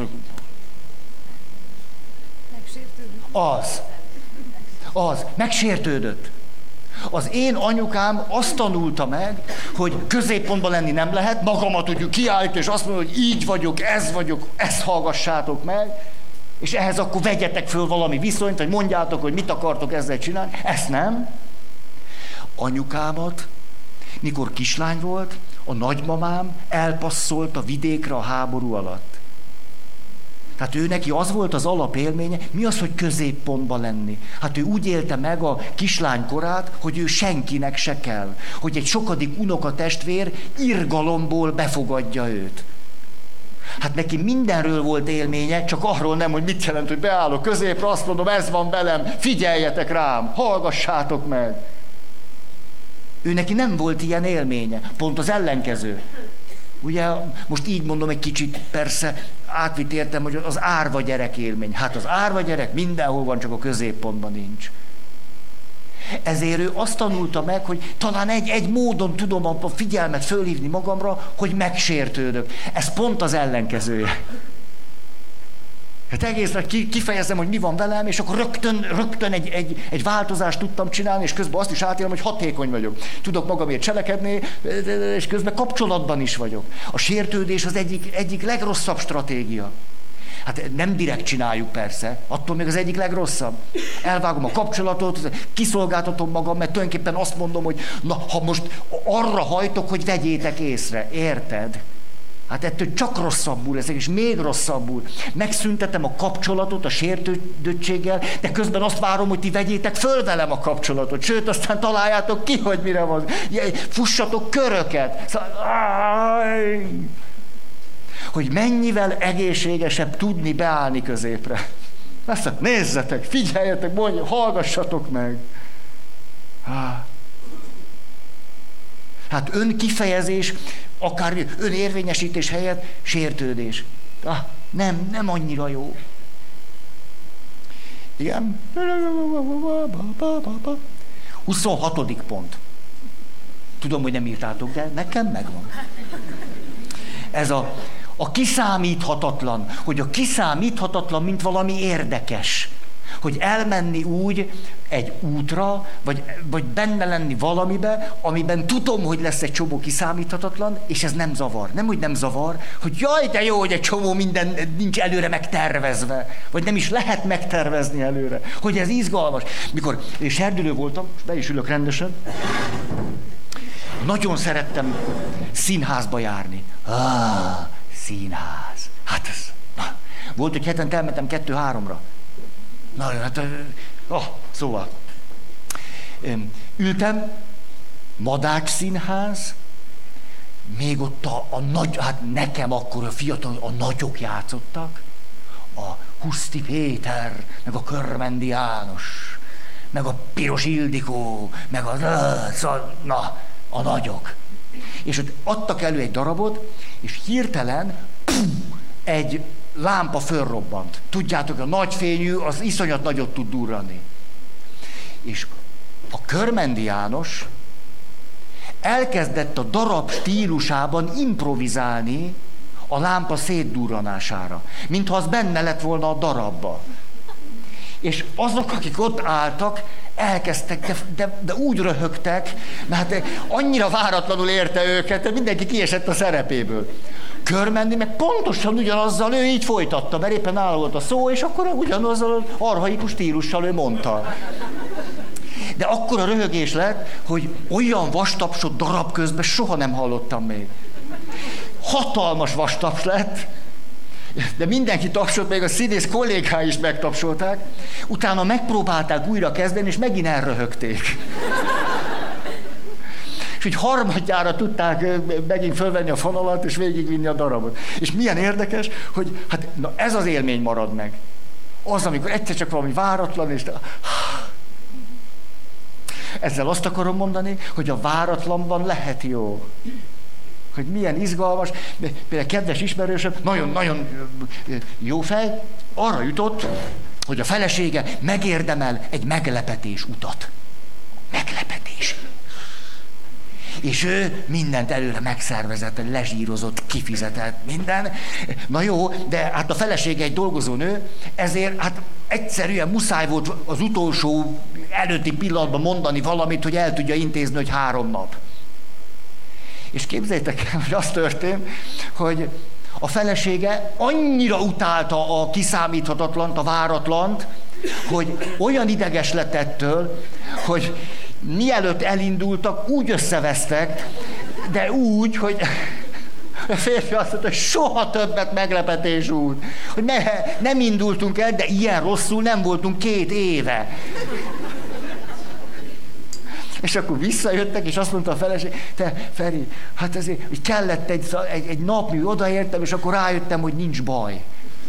Megsértődött. Az én anyukám azt tanulta meg, hogy középpontban lenni nem lehet, magamat úgy kiállít, és azt mondja, hogy így vagyok, ezt hallgassátok meg, és ehhez akkor vegyetek föl valami viszonyt, vagy mondjátok, hogy mit akartok ezzel csinálni. Ezt nem. Anyukámat, mikor kislány volt, a nagymamám elpasszolt a vidékre a háború alatt. Tehát ő neki az volt az alapélménye, mi az, hogy középpontban lenni. Hát ő úgy élte meg a kislány korát, hogy ő senkinek se kell. Hogy egy sokadik unokatestvér irgalomból befogadja őt. Hát neki mindenről volt élménye, csak arról nem, hogy mit jelent, hogy beállok középre, azt mondom, ez van velem, figyeljetek rám, hallgassátok meg. Ő neki nem volt ilyen élménye, pont az ellenkező. Ugye, most így mondom egy kicsit, persze átvitt értem, hogy az árva gyerek élmény. Hát az árva gyerek mindenhol van, csak a középpontban nincs. Ezért ő azt tanulta meg, hogy talán egy módon tudom a figyelmet fölhívni magamra, hogy megsértődök. Ez pont az ellenkezője. Hát egészre kifejezem, hogy mi van velem, és akkor rögtön egy változást tudtam csinálni, és közben azt is átélem, hogy hatékony vagyok. Tudok magamért cselekedni, és közben kapcsolatban is vagyok. A sértődés az egyik legrosszabb stratégia. Hát nem direkt csináljuk persze, attól még az egyik legrosszabb. Elvágom a kapcsolatot, kiszolgáltatom magam, mert tulajdonképpen azt mondom, hogy na, ha most arra hajtok, hogy vegyétek észre, érted? Hát ettől csak rosszabbul leszek, és még rosszabbul. Megszüntetem a kapcsolatot a sértődöttséggel, de közben azt várom, hogy ti vegyétek föl velem a kapcsolatot. Sőt, aztán találjátok ki, hogy mire van. Fussatok köröket. Hogy mennyivel egészségesebb tudni beállni középre. Aztán nézzetek, figyeljetek, hallgassatok meg. Hát önkifejezés, akár önérvényesítés helyett sértődés. Nem annyira jó. Igen. 26. pont. Tudom, hogy nem írtátok, de nekem megvan. Ez a kiszámíthatatlan, hogy a kiszámíthatatlan, mint valami érdekes. Hogy elmenni úgy egy útra, vagy benne lenni valamibe, amiben tudom, hogy lesz egy csomó kiszámíthatatlan, és ez nem zavar. Nem, hogy nem zavar, hogy jaj, de jó, hogy egy csomó minden nincs előre megtervezve, vagy nem is lehet megtervezni előre. Hogy ez izgalmas. Mikor serdülő voltam, és be is ülök rendesen, nagyon szerettem színházba járni. Színház. Hát ez... Volt, hogy hetente elmentem 2-3-ra. Na, hát... szóval... Ültem, Madács Színház, még ott a nagy... Hát nekem akkor a fiatal, a nagyok játszottak. A Huszti Péter, meg a Körmendi János, meg a Piros Ildikó, meg a nagyok. És ott adtak elő egy darabot, és hirtelen egy lámpa fölrobbant. Tudjátok, a nagy fényű, az iszonyat nagyot tud durrani. És a Körmendi János elkezdett a darab stílusában improvizálni a lámpa szétdurranására, mintha az benne lett volna a darabba. És azok, akik ott álltak, elkezdtek, de úgy röhögtek, mert annyira váratlanul érte őket, de mindenki kiesett a szerepéből. Körmendi meg pontosan ugyanazzal, ő így folytatta, mert éppen nála volt a szó, és akkor ugyanazzal az archaikus stílussal ő mondta. De akkora röhögés lett, hogy olyan vastapsot darab közben soha nem hallottam még. Hatalmas vastaps lett, de mindenki tapsolt, még a színész kollégái is megtapsolták. Utána megpróbálták újra kezdeni, és megint elröhögték. És úgy harmadjára tudták megint fölvenni a fonalat, és végigvinni a darabot. És milyen érdekes, hogy hát na ez az élmény marad meg. Az, amikor egyszer csak valami váratlan, és... Ezzel azt akarom mondani, hogy a váratlanban lehet jó. Hogy milyen izgalmas, például kedves ismerősöm, nagyon-nagyon jó fej, arra jutott, hogy a felesége megérdemel egy meglepetés utat. Meglepetés. És ő mindent előre megszervezett, lezsírozott, kifizetett, minden. Na jó, de hát a felesége egy dolgozó nő, ezért hát egyszerűen muszáj volt az utolsó előtti pillanatban mondani valamit, hogy el tudja intézni, hogy 3 nap. És képzeljétek el, hogy az történt, hogy a felesége annyira utálta a kiszámíthatatlant, a váratlant, hogy olyan ideges lett ettől, hogy mielőtt elindultak, úgy összevesztek, de úgy, hogy a férfi azt mondta, hogy soha többet meglepetés út. Hogy nem indultunk el, de ilyen rosszul nem voltunk 2 éve. És akkor visszajöttek, és azt mondta a feleség, te Feri, hát ezért hogy kellett egy nap, mi odaértem, és akkor rájöttem, hogy nincs baj.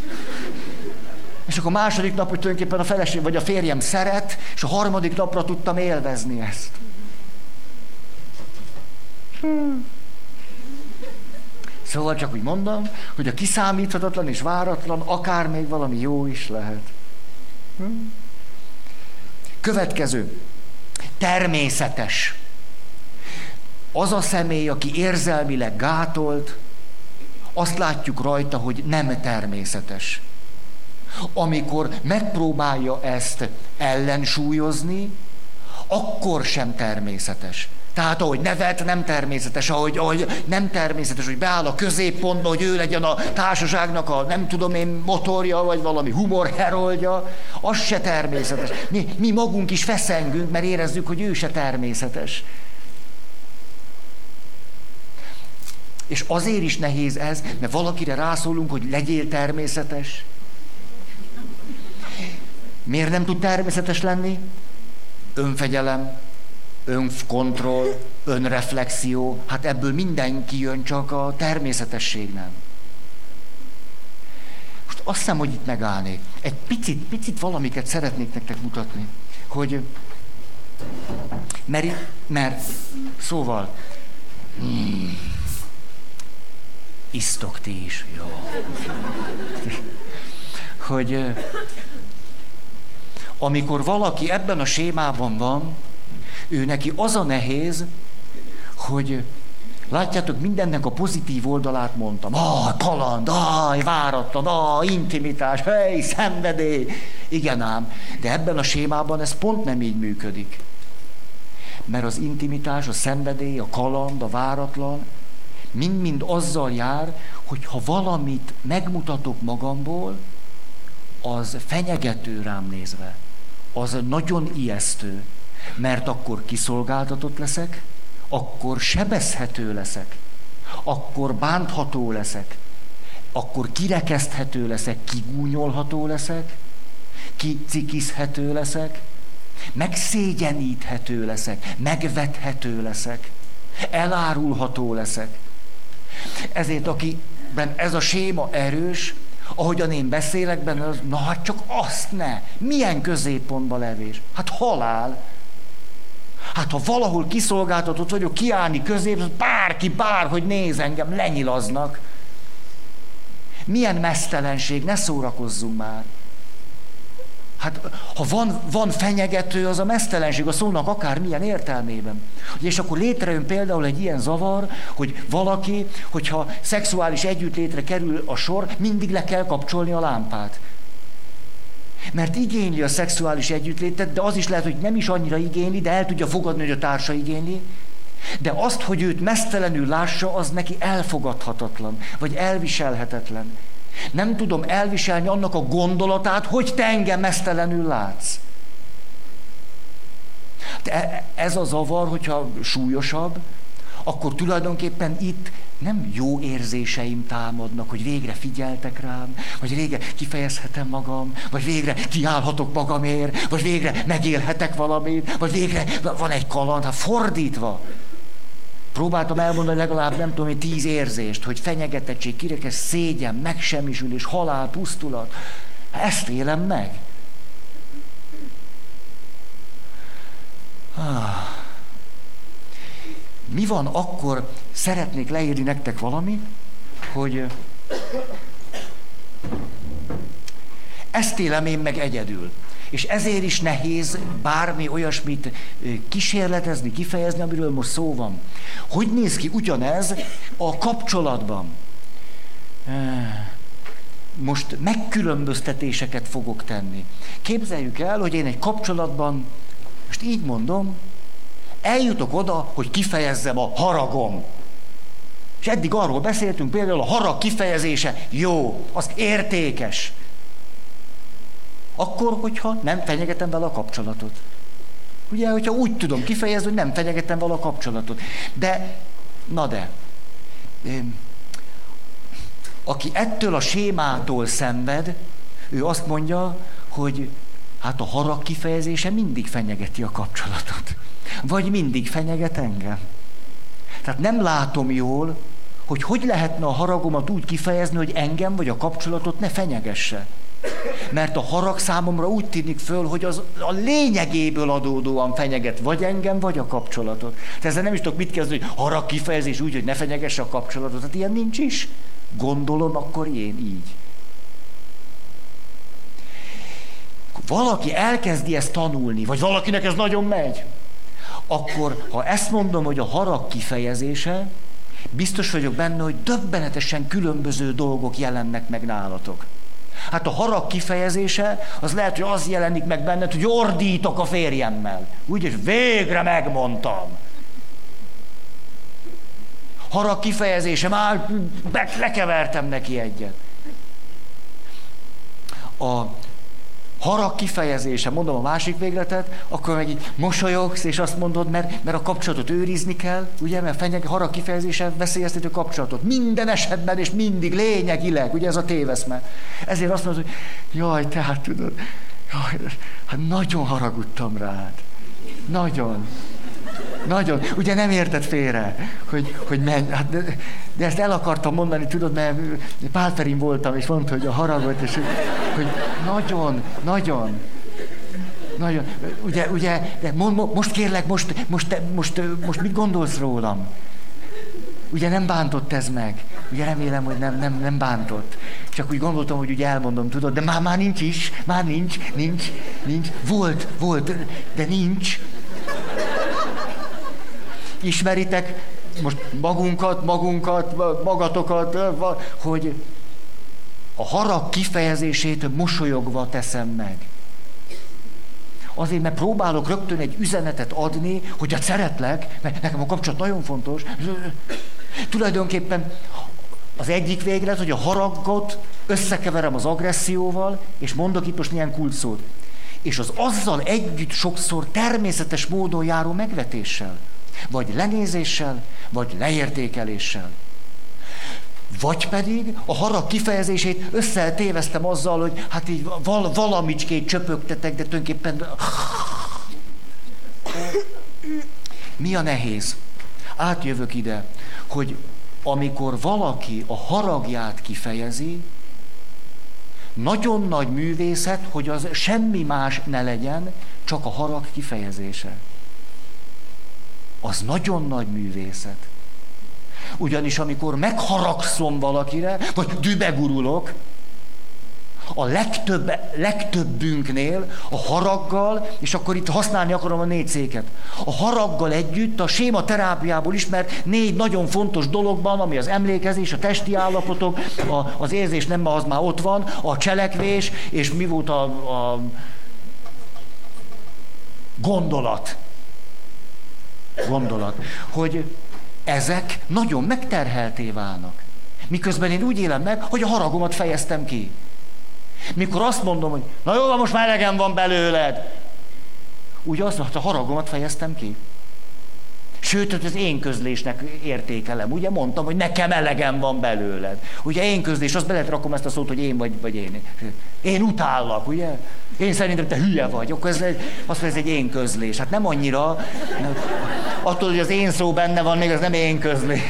És akkor a második nap, hogy tulajdonképpen a feleség vagy a férjem szeret, és a harmadik napra tudtam élvezni ezt. Szóval csak úgy mondom, hogy a kiszámíthatatlan és váratlan akár még valami jó is lehet. Következő. Természetes. Az a személy, aki érzelmileg gátolt, azt látjuk rajta, hogy nem természetes. Amikor megpróbálja ezt ellensúlyozni, akkor sem természetes. Tehát ahogy nevet, nem természetes, ahogy nem természetes, hogy beáll a középpontba, hogy ő legyen a társaságnak a nem tudom én motorja, vagy valami humorheroldja, az se természetes. Mi magunk is feszengünk, mert érezzük, hogy ő se természetes. És azért is nehéz ez, mert valakire rászólunk, hogy legyél természetes. Miért nem tud természetes lenni? Önfegyelem, önkontroll, önreflexió. Hát ebből mindenki jön, csak a természetesség nem. Most azt hiszem, hogy itt megállnék. Egy picit valamiket szeretnék nektek mutatni. Hogy... Mert szóval... Isztok ti is. Jó. Hogy amikor valaki ebben a sémában van, ő neki az a nehéz, hogy látjátok, mindennek a pozitív oldalát mondtam. Kaland, váratlan, intimitás, szenvedély. Igen ám, de ebben a sémában ez pont nem így működik. Mert az intimitás, a szenvedély, a kaland, a váratlan, mind-mind azzal jár, hogy ha valamit megmutatok magamból, az fenyegető rám nézve. Az nagyon ijesztő, mert akkor kiszolgáltatott leszek, akkor sebezhető leszek, akkor bántható leszek, akkor kirekeszthető leszek, kigúnyolható leszek, kicikizhető leszek, megszégyeníthető leszek, megvethető leszek, elárulható leszek. Ezért akiben ez a séma erős, ahogyan én beszélek benne, az, na hát csak azt ne. Milyen középpontba levés? Hát halál. Hát ha valahol kiszolgáltatott vagyok, kiállni közép, bárki bárhogy néz engem, lenyilaznak. Milyen meztelenség, ne szórakozzunk már. Hát ha van fenyegető, az a meztelenség, a szónak akármilyen értelmében. És akkor létrejön például egy ilyen zavar, hogy valaki, hogyha szexuális együttlétre kerül a sor, mindig le kell kapcsolni a lámpát. Mert igényli a szexuális együttlétet, de az is lehet, hogy nem is annyira igényli, de el tudja fogadni, hogy a társa igényli. De azt, hogy őt meztelenül lássa, az neki elfogadhatatlan, vagy elviselhetetlen. Nem tudom elviselni annak a gondolatát, hogy te engem meztelenül látsz. De ez a zavar, hogyha súlyosabb, akkor tulajdonképpen itt nem jó érzéseim támadnak, hogy végre figyeltek rám, vagy végre kifejezhetem magam, vagy végre kiállhatok magamért, vagy végre megélhetek valamit, vagy végre van egy kaland, hát fordítva. Próbáltam elmondani legalább nem tudom, 10 érzést, hogy fenyegetettség, kirekesz, szégyen, megsemmisülés, halál, pusztulat. Ezt élem meg. Mi van akkor, szeretnék leírni nektek valamit, hogy ezt élem én meg egyedül. És ezért is nehéz bármi olyasmit kísérletezni, kifejezni, amiről most szó van. Hogy néz ki ugyanez a kapcsolatban? Most megkülönböztetéseket fogok tenni. Képzeljük el, hogy én egy kapcsolatban, most így mondom, eljutok oda, hogy kifejezzem a haragom. És eddig arról beszéltünk, például a harag kifejezése jó, az értékes. Akkor, hogyha nem fenyegetem vele a kapcsolatot. Ugye, hogyha úgy tudom kifejezni, hogy nem fenyegetem vele a kapcsolatot. De, aki ettől a sémától szenved, ő azt mondja, hogy hát a harag kifejezése mindig fenyegeti a kapcsolatot. Vagy mindig fenyeget engem. Tehát nem látom jól, hogy lehetne a haragomat úgy kifejezni, hogy engem vagy a kapcsolatot ne fenyegesse. Mert a harag számomra úgy tűnik föl, hogy az a lényegéből adódóan fenyeget vagy engem, vagy a kapcsolatot. Tehát ezzel nem is tudok mit kezdeni, hogy harag kifejezés úgy, hogy ne fenyegesse a kapcsolatot. Tehát ilyen nincs is. Gondolom, akkor én így. Valaki elkezdi ezt tanulni, vagy valakinek ez nagyon megy, akkor, ha ezt mondom, hogy a harag kifejezése, biztos vagyok benne, hogy döbbenetesen különböző dolgok jelennek meg nálatok. Hát a harag kifejezése, az lehet, hogy az jelenik meg benned, hogy ordítok a férjemmel. Úgy, hogy végre megmondtam. Harag kifejezése, már lekevertem neki egyet. A harag kifejezése, mondom a másik végletet, akkor meg így mosolyogsz, és azt mondod, mert a kapcsolatot őrizni kell, ugye, mert harag kifejezése veszélyezteti a kapcsolatot. Minden esetben és mindig, lényegileg, ugye ez a téveszme. Ezért azt mondod, hogy jaj, tehát tudod, jaj, hát nagyon haragudtam rád. Nagyon. Nagyon. Ugye nem érted félre, hogy menj. Hát de ezt el akartam mondani, tudod, mert Pál Ferin voltam, és mondta, hogy a haragot, és hogy nagyon. Ugye, de most kérlek, most mit gondolsz rólam? Ugye nem bántott ez meg? Ugye remélem, hogy nem bántott. Csak úgy gondoltam, hogy ugye elmondom, tudod, de már nincs is, már nincs. Volt, de nincs. Ismeritek most magatokat, hogy a harag kifejezését mosolyogva teszem meg. Azért, mert próbálok rögtön egy üzenetet adni, hogy szeretlek, mert nekem a kapcsolat nagyon fontos. Tulajdonképpen az egyik véglet, hogy a haragot összekeverem az agresszióval, és mondok itt most milyen kulcsszót. És az azzal együtt sokszor természetes módon járó megvetéssel. Vagy lenézéssel, vagy leértékeléssel. Vagy pedig a harag kifejezését összetéveztem azzal, hogy hát így valamicskét csöpögtetek, de tulajdonképpen... Mi a nehéz? Átjövök ide, hogy amikor valaki a haragját kifejezi, nagyon nagy művészet, hogy az semmi más ne legyen, csak a harag kifejezése. Az nagyon nagy művészet. Ugyanis amikor megharagszom valakire, vagy dübegurulok, a legtöbbünknél a haraggal, és akkor itt használni akarom a 4 széket, a haraggal együtt a sématerápiából ismert 4 nagyon fontos dologban, ami az emlékezés, a testi állapotok, az érzés nem, az már ott van, a cselekvés, és mi volt a gondolat, hogy ezek nagyon megterhelté válnak. Miközben én úgy élem meg, hogy a haragomat fejeztem ki. Mikor azt mondom, hogy na jó, most már elegem van belőled. Úgy azt mondta, a haragomat fejeztem ki. Sőt, az én közlésnek értékelem. Ugye mondtam, hogy nekem elegem van belőled. Ugye én közlés, azt belerakom ezt a szót, hogy én vagy én. Én utállak, ugye? Én szerintem te hülye vagy. Akkor azt mondja, ez egy én közlés. Hát nem annyira. Attól, hogy az én szó benne van, még az nem én közlés.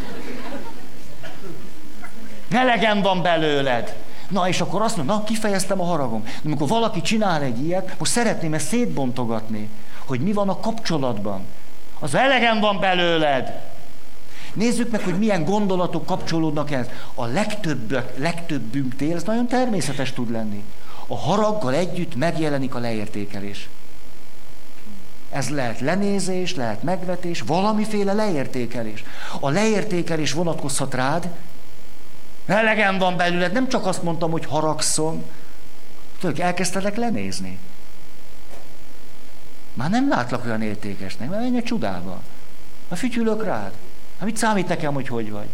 Elegem van belőled. Na, és akkor azt mondom, na, kifejeztem a haragom. De amikor valaki csinál egy ilyet, most szeretném ezt szétbontogatni, hogy mi van a kapcsolatban. Az elegem van belőled. Nézzük meg, hogy milyen gondolatok kapcsolódnak ehhez. A legtöbbünknél ez nagyon természetes tud lenni. A haraggal együtt megjelenik a leértékelés. Ez lehet lenézés, lehet megvetés, valamiféle leértékelés. A leértékelés vonatkozhat rád, elegem van belőled, nem csak azt mondtam, hogy haragszom, tudod, elkezdtelek lenézni. Már nem látlak olyan értékesnek, mert menj a csudába. Már fütyülök rád. Hát mit számít nekem, hogy vagy?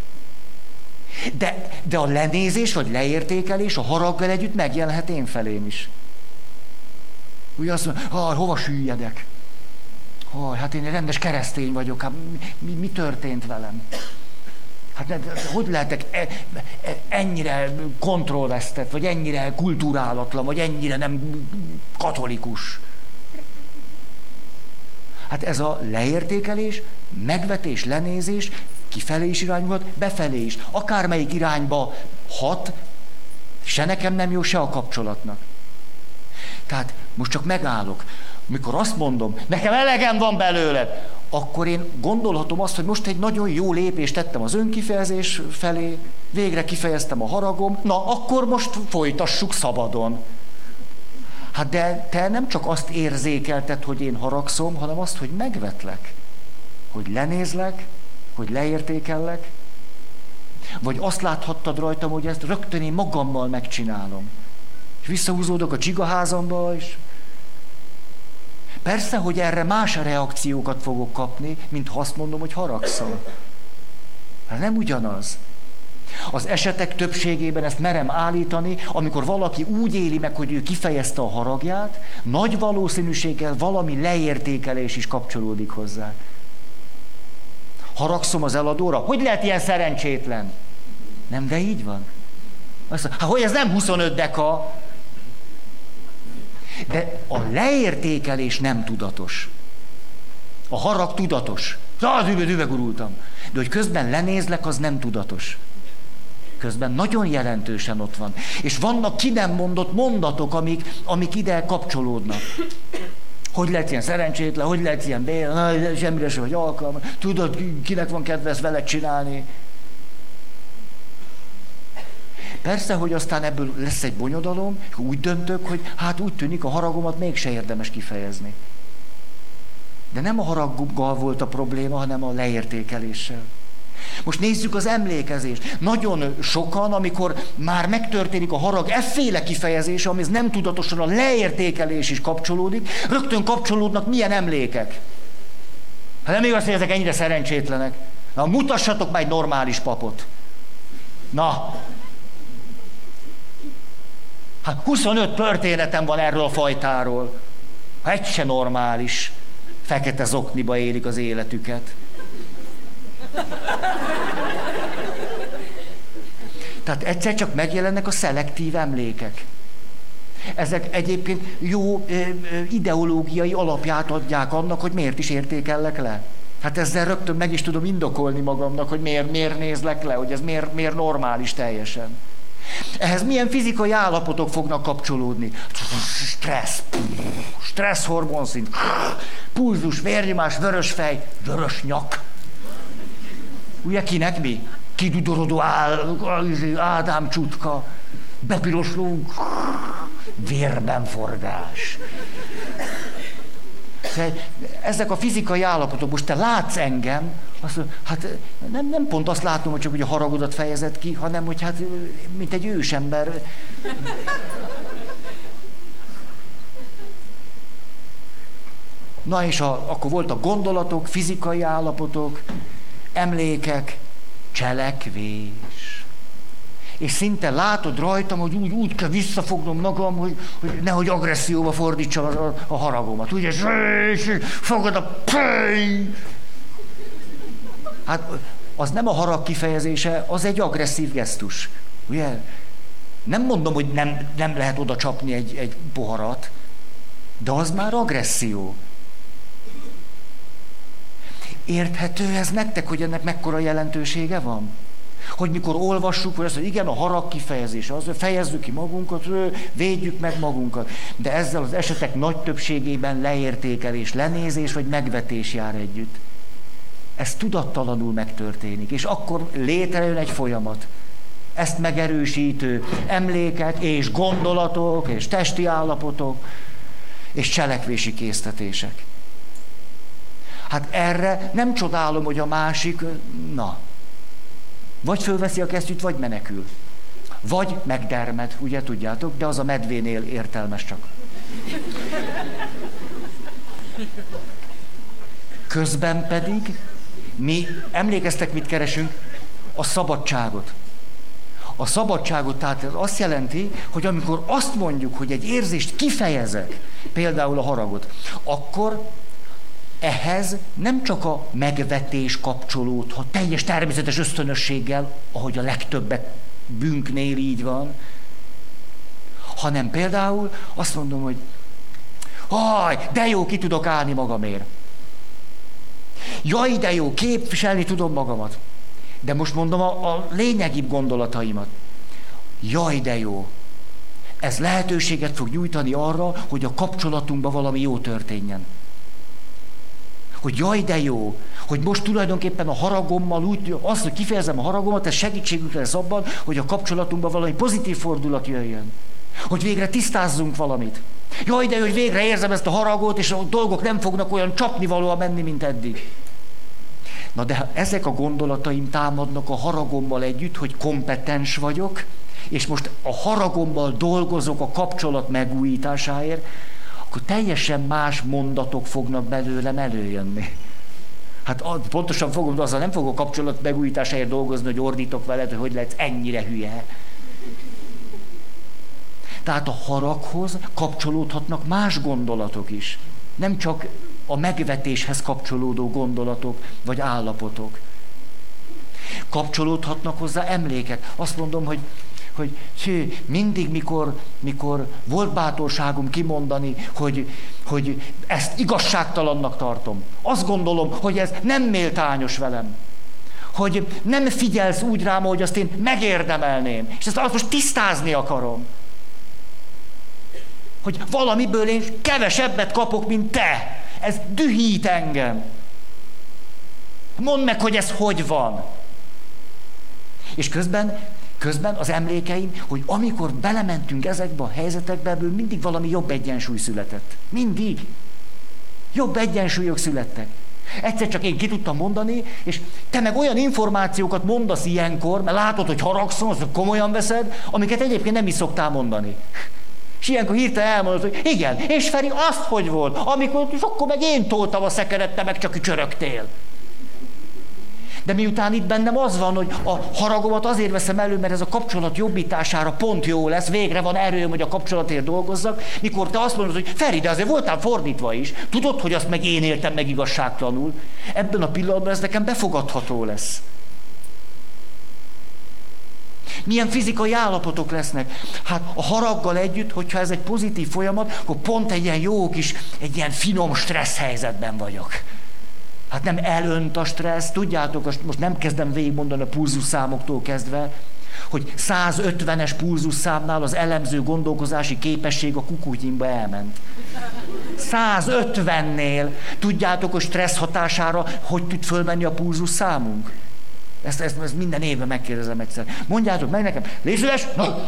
De a lenézés vagy leértékelés a haraggal együtt megjelenhet én felém is. Ugye azt mondja, hova süllyedek? Hát én egy rendes keresztény vagyok, hát mi történt velem? Hát hogy lehetek ennyire kontrollvesztett, vagy ennyire kulturálatlan, vagy ennyire nem katolikus? Hát ez a leértékelés, megvetés, lenézés kifelé is irányulhat, befelé is. Akármelyik irányba hat, Se nekem nem jó, se a kapcsolatnak. Tehát most csak megállok. Mikor azt mondom, nekem elegem van belőled, akkor én gondolhatom azt, hogy most egy nagyon jó lépést tettem az önkifejezés felé, végre kifejeztem a haragom, na akkor most folytassuk szabadon. Hát de te nem csak azt érzékelted, hogy én haragszom, hanem azt, hogy megvetlek, hogy lenézlek, hogy leértékellek, vagy azt láthattad rajtam, hogy ezt rögtön én magammal megcsinálom. És visszahúzódok a csigaházamba, és persze, hogy erre más reakciókat fogok kapni, mint ha azt mondom, hogy haragszom. Hát nem ugyanaz. Az esetek többségében ezt merem állítani, amikor valaki úgy éli meg, hogy ő kifejezte a haragját, nagy valószínűséggel valami leértékelés is kapcsolódik hozzá. Haragszom az eladóra? Hogy lehet ilyen szerencsétlen? Nem, de így van. Azt mondja, hogy ez nem 25 deka. De a leértékelés nem tudatos. A harag tudatos. Az üvegurultam. De hogy közben lenézlek, az nem tudatos. Közben nagyon jelentősen ott van. És vannak ki nem mondott mondatok, amik ide kapcsolódnak. Hogy lehet ilyen szerencsétlen, hogy lehet ilyen semmire sem, hogy alkalma. Tudod, kinek van kedve ezt veled csinálni. Persze, hogy aztán ebből lesz egy bonyodalom, és úgy döntök, hogy hát úgy tűnik, a haragomat mégse érdemes kifejezni. De nem a haraggal volt a probléma, hanem a leértékeléssel. Most nézzük az emlékezést. Nagyon sokan, amikor már megtörténik a harag efféle kifejezése, amihez nem tudatosan a leértékelés is kapcsolódik, rögtön kapcsolódnak milyen emlékek. Hát nem igaz, hogy ezek ennyire szerencsétlenek. Na, mutassatok már egy normális papot. Na. Hát 25 történetem van erről a fajtáról. Egy se normális. Fekete zokniba élik az életüket. Tehát egyszer csak megjelennek a szelektív emlékek. Ezek egyébként jó ideológiai alapját adják annak, hogy miért is értékellek le. Hát ezzel rögtön meg is tudom indokolni magamnak, hogy miért nézlek le, hogy ez miért normális teljesen. Ehhez milyen fizikai állapotok fognak kapcsolódni? Stressz hormonszint, pulzus, vérnyomás, vörös fej, vörös nyak. Ugye kinek mi? Kidudorodó Ádám csutka, bepirosló, vérben forgás. Ezek a fizikai állapotok, most te látsz engem, azt mondod, hát nem pont azt látom, hogy csak ugye a haragodat fejezed ki, hanem hogy hát mint egy ősember. Na és akkor voltak gondolatok, fizikai állapotok, emlékek, cselekvés. És szinte látod rajtam, hogy úgy kell visszafognom magam, hogy nehogy agresszióba fordítsam a haragomat. Ugye, fogod a pöly! Hát az nem a harag kifejezése, az egy agresszív gesztus. Ugye? Nem mondom, hogy nem lehet oda csapni egy poharat, de az már agresszió. Érthető ez nektek, hogy ennek mekkora jelentősége van? Hogy mikor olvassuk, hogy azt mondja, igen, a harag kifejezése, az, hogy fejezzük ki magunkat, védjük meg magunkat. De ezzel az esetek nagy többségében leértékelés, lenézés vagy megvetés jár együtt. Ez tudattalanul megtörténik, és akkor létrejön egy folyamat. Ezt megerősítő emlékek, és gondolatok, és testi állapotok, és cselekvési késztetések. Hát erre nem csodálom, hogy a másik, vagy fölveszi a kesztyűt, vagy menekül. Vagy megdermed, ugye tudjátok, de az a medvénél értelmes csak. Közben pedig mi, emlékeztek, mit keresünk? A szabadságot. A szabadságot, tehát ez azt jelenti, hogy amikor azt mondjuk, hogy egy érzést kifejezek, például a haragot, akkor ehhez nem csak a megvetés kapcsolódhat, teljes természetes ösztönösséggel, ahogy a legtöbbek bűnknél így van, hanem például azt mondom, hogy de jó, ki tudok állni magamért. Jaj, de jó, képviselni tudom magamat. De most mondom a lényegibb gondolataimat. Jaj, de jó. Ez lehetőséget fog nyújtani arra, hogy a kapcsolatunkban valami jó történjen. Hogy jaj, de jó, hogy most tulajdonképpen a haragommal úgy, azt, hogy kifejezem a haragomat, ez segítségünk lesz abban, hogy a kapcsolatunkban valami pozitív fordulat jöjjön. Hogy végre tisztázzunk valamit. Jaj, de jó, hogy végre érzem ezt a haragot, és a dolgok nem fognak olyan csapnivalóan menni, mint eddig. Na de ezek a gondolataim támadnak a haragommal együtt, hogy kompetens vagyok, és most a haragommal dolgozok a kapcsolat megújításáért, akkor teljesen más mondatok fognak belőlem előjönni. Hát pontosan fogom, azzal nem fogok kapcsolat megújításáért dolgozni, hogy ordítok veled, hogy lehetsz ennyire hülye. Tehát a haraghoz kapcsolódhatnak más gondolatok is. Nem csak a megvetéshez kapcsolódó gondolatok vagy állapotok. Kapcsolódhatnak hozzá emlékek. Azt mondom, hogy mindig, mikor volt bátorságom kimondani, hogy ezt igazságtalannak tartom. Azt gondolom, hogy ez nem méltányos velem. Hogy nem figyelsz úgy rám, hogy azt én megérdemelném. És azt most tisztázni akarom. Hogy valamiből én kevesebbet kapok, mint te. Ez dühít engem. Mondd meg, hogy ez hogy van. És közben az emlékeim, hogy amikor belementünk ezekbe a helyzetekbe, ebből mindig valami jobb egyensúly született. Mindig. Jobb egyensúlyok születtek. Egyszer csak én ki tudtam mondani, és te meg olyan információkat mondasz ilyenkor, mert látod, hogy haragszom, azt komolyan veszed, amiket egyébként nem is szoktál mondani. És ilyenkor hirtelen elmondod, hogy igen, és Feri, azt hogy volt? Amikor, és akkor meg én toltam a szekeret, te meg csak csörögtél. De miután itt bennem az van, hogy a haragomat azért veszem elő, mert ez a kapcsolat jobbítására pont jó lesz, végre van erőm, hogy a kapcsolatért dolgozzak, mikor te azt mondod, hogy Feri, de azért voltál fordítva is, tudod, hogy azt meg én éltem meg igazságtalanul, ebben a pillanatban ez nekem befogadható lesz. Milyen fizikai állapotok lesznek? Hát a haraggal együtt, hogyha ez egy pozitív folyamat, akkor pont egy ilyen jó kis, egy ilyen finom stressz helyzetben vagyok. Hát nem elönt a stressz, tudjátok, most nem kezdem végigmondani a pulzusszámoktól kezdve, hogy 150-es pulzusszámnál az elemző gondolkozási képesség a kukutyinba elment. 150-nél tudjátok, hogy stressz hatására hogy tud fölmenni a pulzusszámunk? Ezt minden évben megkérdezem egyszer. Mondjátok meg nekem, légy szíves!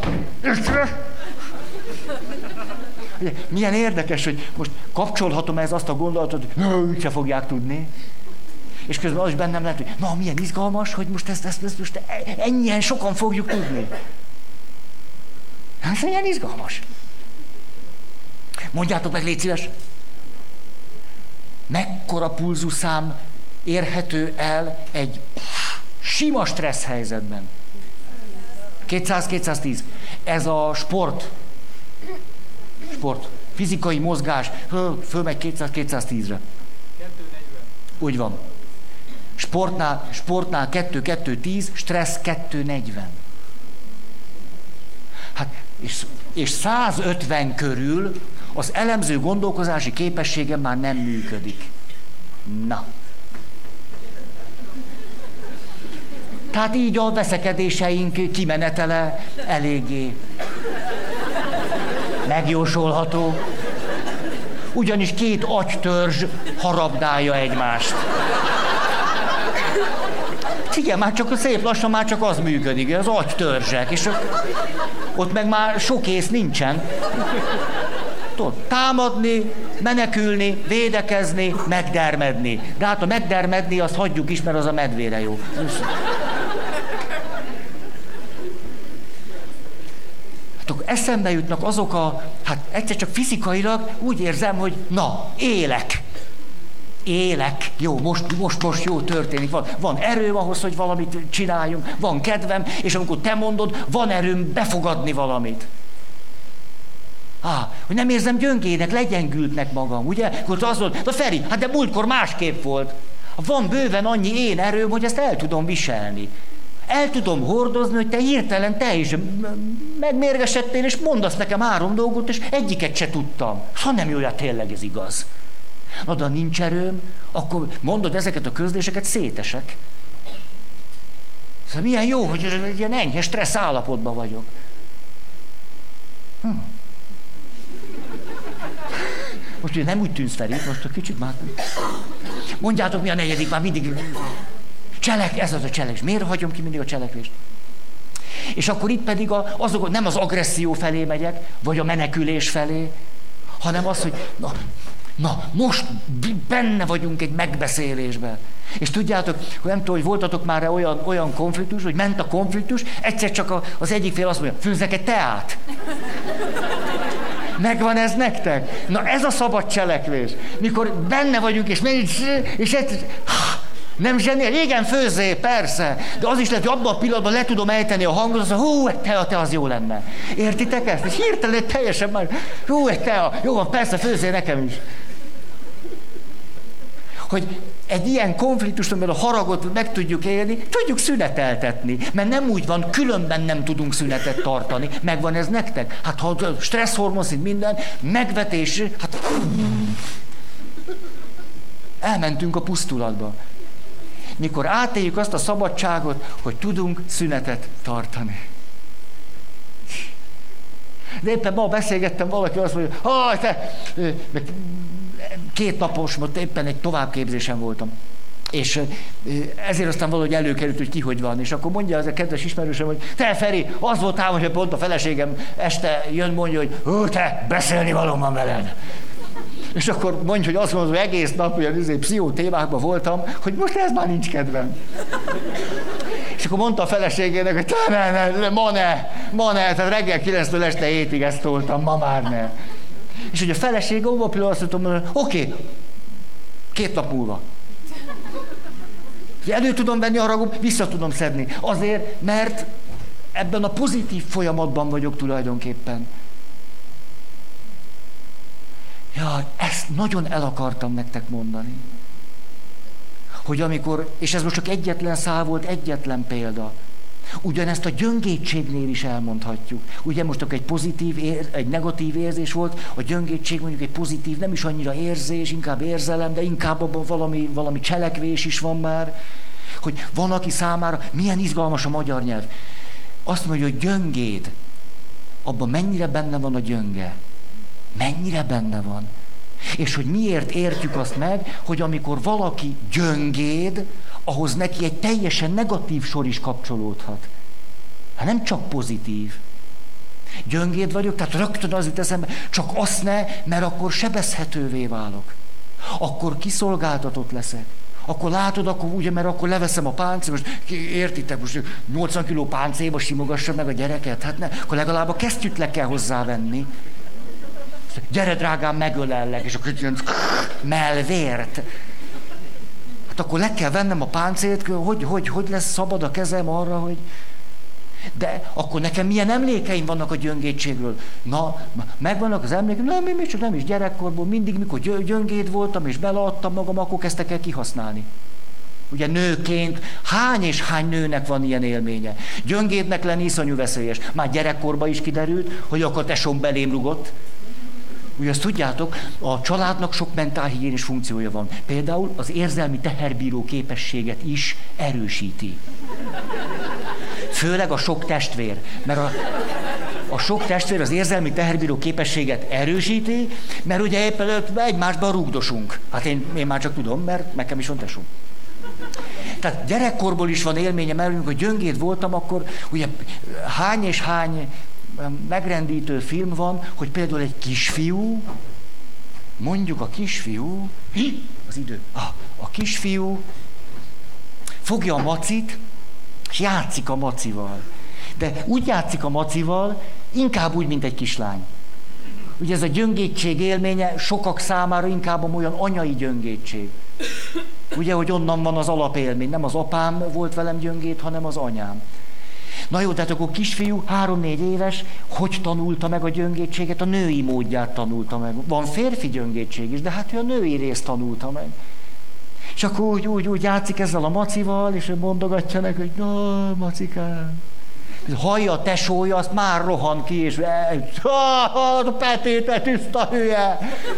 Milyen érdekes, hogy most kapcsolhatom ez azt a gondolatot, hogy úgyse fogják tudni. És közben az is bennem lehet, hogy na, milyen izgalmas, hogy most ezt most ennyien sokan fogjuk tudni. Hát milyen izgalmas. Mondjátok meg, légy szíves! Mekkora pulzusszám érhető el egy sima stressz helyzetben? 200-210. Ez a sport. Fizikai mozgás. Fölmegy 200-210-re. 240. Úgy van. Sportnál 2-2-10, stressz 240. Hát, és 150 körül az elemző gondolkozási képességem már nem működik. Na. Tehát így a veszekedéseink kimenetele eléggé megjósolható. Ugyanis két agytörzs harabdálja egymást. Igen, már csak szép lassan már csak az működik, az agytörzsek, és ott meg már sok ész nincsen. Tudod, támadni, menekülni, védekezni, megdermedni. De hát a megdermedni azt hagyjuk is, mert az a medvére jó. Hát akkor eszembe jutnak azok hát egyszer csak fizikailag úgy érzem, hogy na, élek, jó, most jó történik, van erőm ahhoz, hogy valamit csináljunk, van kedvem, és amikor te mondod, van erőm befogadni valamit. Hogy nem érzem gyöngének, legyengültnek magam, ugye? Akkor azt mondod, na Feri, hát de múltkor másképp volt. Van bőven annyi én erőm, hogy ezt el tudom viselni. El tudom hordozni, hogy te hirtelen te is megmérgesedtél, és mondasz nekem 3 dolgot, és egyiket se tudtam. Ha nem jó, hát tényleg ez igaz. Na, de nincs erőm, akkor mondod ezeket a közléseket, szétesek. Szóval milyen jó, hogy egy ilyen enyhe stressz állapotban vagyok. Úgyhogy nem úgy tűnsz, Feri, most a kicsit már... Mondjátok, mi a negyedik, már mindig... Ez az a cselekvés. Miért hagyom ki mindig a cselekvést? És akkor itt pedig azok, nem az agresszió felé megyek, vagy a menekülés felé, hanem az, hogy na most benne vagyunk egy megbeszélésben. És tudjátok, hogy nem tudom, hogy voltatok már olyan konfliktus, hogy ment a konfliktus, egyszer csak az egyik fél azt mondja, főzzek egy teát. Megvan ez nektek? Na ez a szabad cselekvés. Mikor benne vagyunk, és nem zseniál? Igen, főzzé, persze. De az is lehet, hogy abban a pillanatban le tudom ejteni a hangot, azt mondja, egy tea az jó lenne. Értitek ezt? És hirtelen teljesen már, egy tea, jó van, persze, főzzé nekem is. Hogy egy ilyen konfliktust, amivel a haragot meg tudjuk élni, tudjuk szüneteltetni. Mert nem úgy van, különben nem tudunk szünetet tartani. Megvan ez nektek? Hát ha stresszhormon szint minden, megvetés, hát elmentünk a pusztulatba. Mikor átéljük azt a szabadságot, hogy tudunk szünetet tartani. De éppen ma beszélgettem valaki, azt mondja, te, 2 napos, most éppen egy továbbképzésen voltam. És ezért aztán valahogy előkerült, hogy ki hogy van. És akkor mondja az a kedves ismerősöm, hogy te Feri, az volt ám, hogy pont a feleségem este jön, mondja, hogy te, beszélni valóm van veled. És akkor mondja, hogy azt mondod, hogy egész nap olyan pszichó témákban voltam, hogy most ez már nincs kedvem. És akkor mondta a feleségének, hogy ma ne, tehát reggel 9-től este 7-ig ezt toltam, ma már ne. És hogy a feleség abban a pillanatban azt mondta, oké, 2 nap múlva. Elő tudom venni a haragom, vissza tudom szedni. Azért, mert ebben a pozitív folyamatban vagyok tulajdonképpen. Ja, ezt nagyon el akartam nektek mondani. Hogy amikor, és ez most csak egyetlen szál volt, egyetlen példa. Ugyanezt a gyöngétségnél is elmondhatjuk. Ugye most akkor egy negatív érzés volt, a gyöngétség mondjuk egy pozitív, nem is annyira érzés, inkább érzelem, de inkább abban valami cselekvés is van már. Hogy van, aki számára, milyen izgalmas a magyar nyelv. Azt mondja, hogy gyöngéd. Abban mennyire benne van a gyönge. Mennyire benne van. És hogy miért értjük azt meg, hogy amikor valaki gyöngéd, ahhoz neki egy teljesen negatív sor is kapcsolódhat. Hát nem csak pozitív. Gyöngéd vagyok, tehát rögtön az jut eszembe, csak azt ne, mert akkor sebezhetővé válok. Akkor kiszolgáltatott leszek. Akkor látod, mert akkor leveszem a páncél, most értitek, most 80 kiló páncéba simogassa meg a gyereket, hát ne, akkor legalább a kesztyűt le kell hozzávenni. Gyere, drágám, megölellek, és akkor melvért. Hát akkor le kell vennem a páncélt, hogy lesz szabad a kezem arra, hogy... De akkor nekem milyen emlékeim vannak a gyöngétségről? Na, megvannak az emlékeim? Nem is gyerekkorból, mindig, mikor gyöngéd voltam, és beleadtam magam, akkor kezdtek el kihasználni. Ugye nőként hány és hány nőnek van ilyen élménye? Gyöngédnek lenni iszonyú veszélyes. Már gyerekkorban is kiderült, hogy akkor tesóm belém rugott. Ugye azt tudjátok, a családnak sok mentálhigiénis funkciója van. Például az érzelmi teherbíró képességet is erősíti. Főleg a sok testvér. Mert a sok testvér az érzelmi teherbíró képességet erősíti, mert ugye éppen egymásban rúgdosunk. Hát én már csak tudom, mert nekem is van tesóm. Tehát gyerekkorból is van élményem, mert amikor gyöngéd voltam, akkor ugye hány és hány megrendítő film van, hogy például egy kisfiú, mondjuk a kisfiú, az idő, a kisfiú fogja a macit, és játszik a macival. De úgy játszik a macival, inkább úgy, mint egy kislány. Ugye ez a gyöngétség élménye sokak számára inkább olyan anyai gyöngétség. Ugye, hogy onnan van az alapélmény. Nem az apám volt velem gyöngét, hanem az anyám. Na jó, tehát akkor kisfiú, 3-4 éves, hogy tanulta meg a gyöngétséget? A női módját tanulta meg. Van férfi gyöngétség is, de hát ő a női részt tanulta meg. És akkor úgy játszik ezzel a macival, és ő mondogatja neki, hogy na, macikám. Hallja a tesója, azt már rohan ki, és a Peti, te tiszta hülye!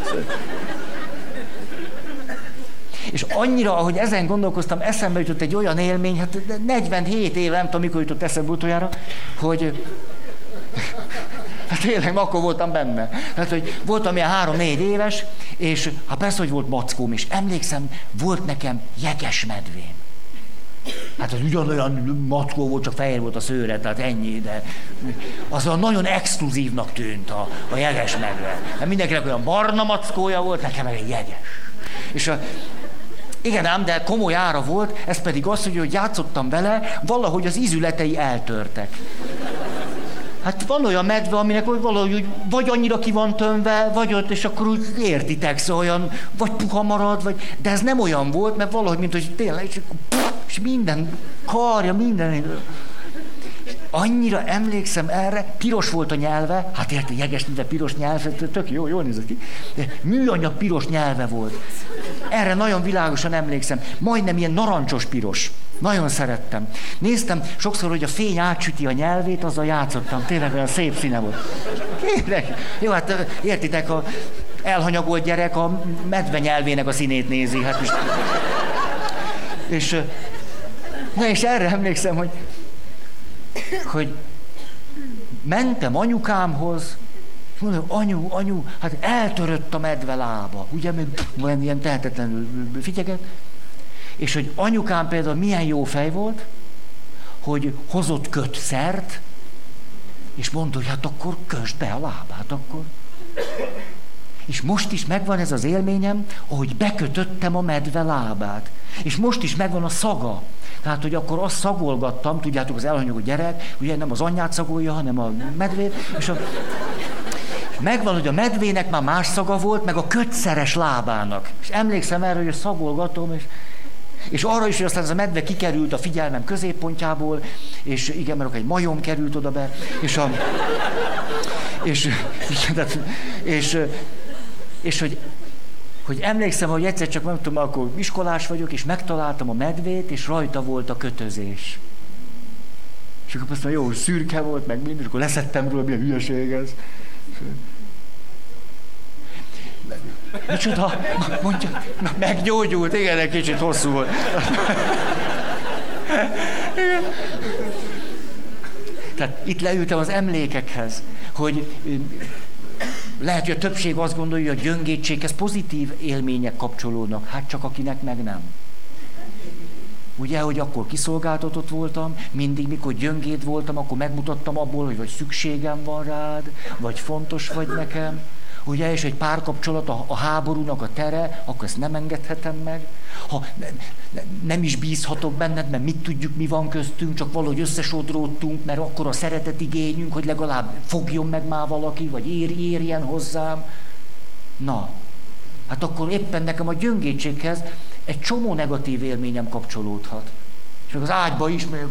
És annyira, ahogy ezen gondolkoztam, eszembe jutott egy olyan élmény, hát 47 éve, nem tudom, mikor jutott eszembe utoljára, hogy hát Tényleg, akkor voltam benne. Tehát, hogy voltam ilyen 3-4 éves, és hát persze, hogy volt mackóm is. Emlékszem, volt nekem jegesmedvém. Hát az ugyanolyan mackó volt, csak fehér volt a szőre, tehát ennyi, de az olyan nagyon exkluzívnak tűnt a jegesmedve. Hát mindenkinek olyan barna mackója volt, nekem meg egy jeges. És igen ám, de komoly ára volt, ez pedig az, hogy játszottam vele, valahogy az ízületei eltörtek. Hát van olyan medve, aminek valahogy vagy annyira ki van tömve, vagy ott, és akkor úgy értitek, szóval olyan, vagy puha marad, vagy... De ez nem olyan volt, mert valahogy, mint hogy tényleg, és minden karja, minden... Annyira emlékszem erre, piros volt a nyelve, hát érted, jegesmedve piros nyelve, tök jól nézett ki, de műanyag piros nyelve volt. Erre nagyon világosan emlékszem, majdnem ilyen narancsos piros. Nagyon szerettem. Néztem sokszor, hogy a fény átsüti a nyelvét, azzal játszottam. Tényleg olyan szép színe volt. Tényleg. Jó, hát értitek, a elhanyagolt gyerek a medve nyelvének a színét nézi. Hát és erre emlékszem, hogy mentem anyukámhoz, mondom, anyu, hát eltörött a medve lába. Ugye, még ilyen tehetetlenül fityeget. És hogy anyukám például milyen jó fej volt, hogy hozott kötszert, és mondta, hogy hát akkor kösd be a lábát, akkor. És most is megvan ez az élményem, ahogy bekötöttem a medve lábát. És most is megvan a szaga. Tehát, hogy akkor azt szagolgattam, tudjátok, az elhanyagott gyerek, ugye nem az anyját szagolja, hanem a medvét, és megvan, hogy a medvének már más szaga volt, meg a kötszeres lábának. És emlékszem erre, hogy szagolgatom, és arra is, hogy aztán ez a medve kikerült a figyelmem középpontjából, és igen, mert egy majom került oda be, és hogy emlékszem, hogy egyszer csak nem tudom, akkor iskolás vagyok, és megtaláltam a medvét, és rajta volt a kötözés. És akkor azt mondom, jó, szürke volt, meg minden, és akkor leszettem róla, milyen hülyeség ez. Micsoda? Mondja, meggyógyult, igen, egy kicsit hosszú volt. Tehát itt leültem az emlékekhez, hogy lehet, hogy a többség azt gondolja, hogy a gyöngétséghez pozitív élmények kapcsolódnak, hát csak akinek meg nem. Ugye, hogy akkor kiszolgáltatott voltam, mindig, mikor gyöngéd voltam, akkor megmutattam abból, hogy vagy szükségem van rád, vagy fontos vagy nekem. Ugye, és egy párkapcsolat a háborúnak a tere, akkor ezt nem engedhetem meg. Ha nem is bízhatok benned, mert mit tudjuk, mi van köztünk, csak valahogy összesodródtunk, mert akkor a szeretetigényünk, hogy legalább fogjon meg már valaki, vagy érjen hozzám. Na, hát akkor éppen nekem a gyöngétséghez egy csomó negatív élményem kapcsolódhat. És meg az ágyba is, még...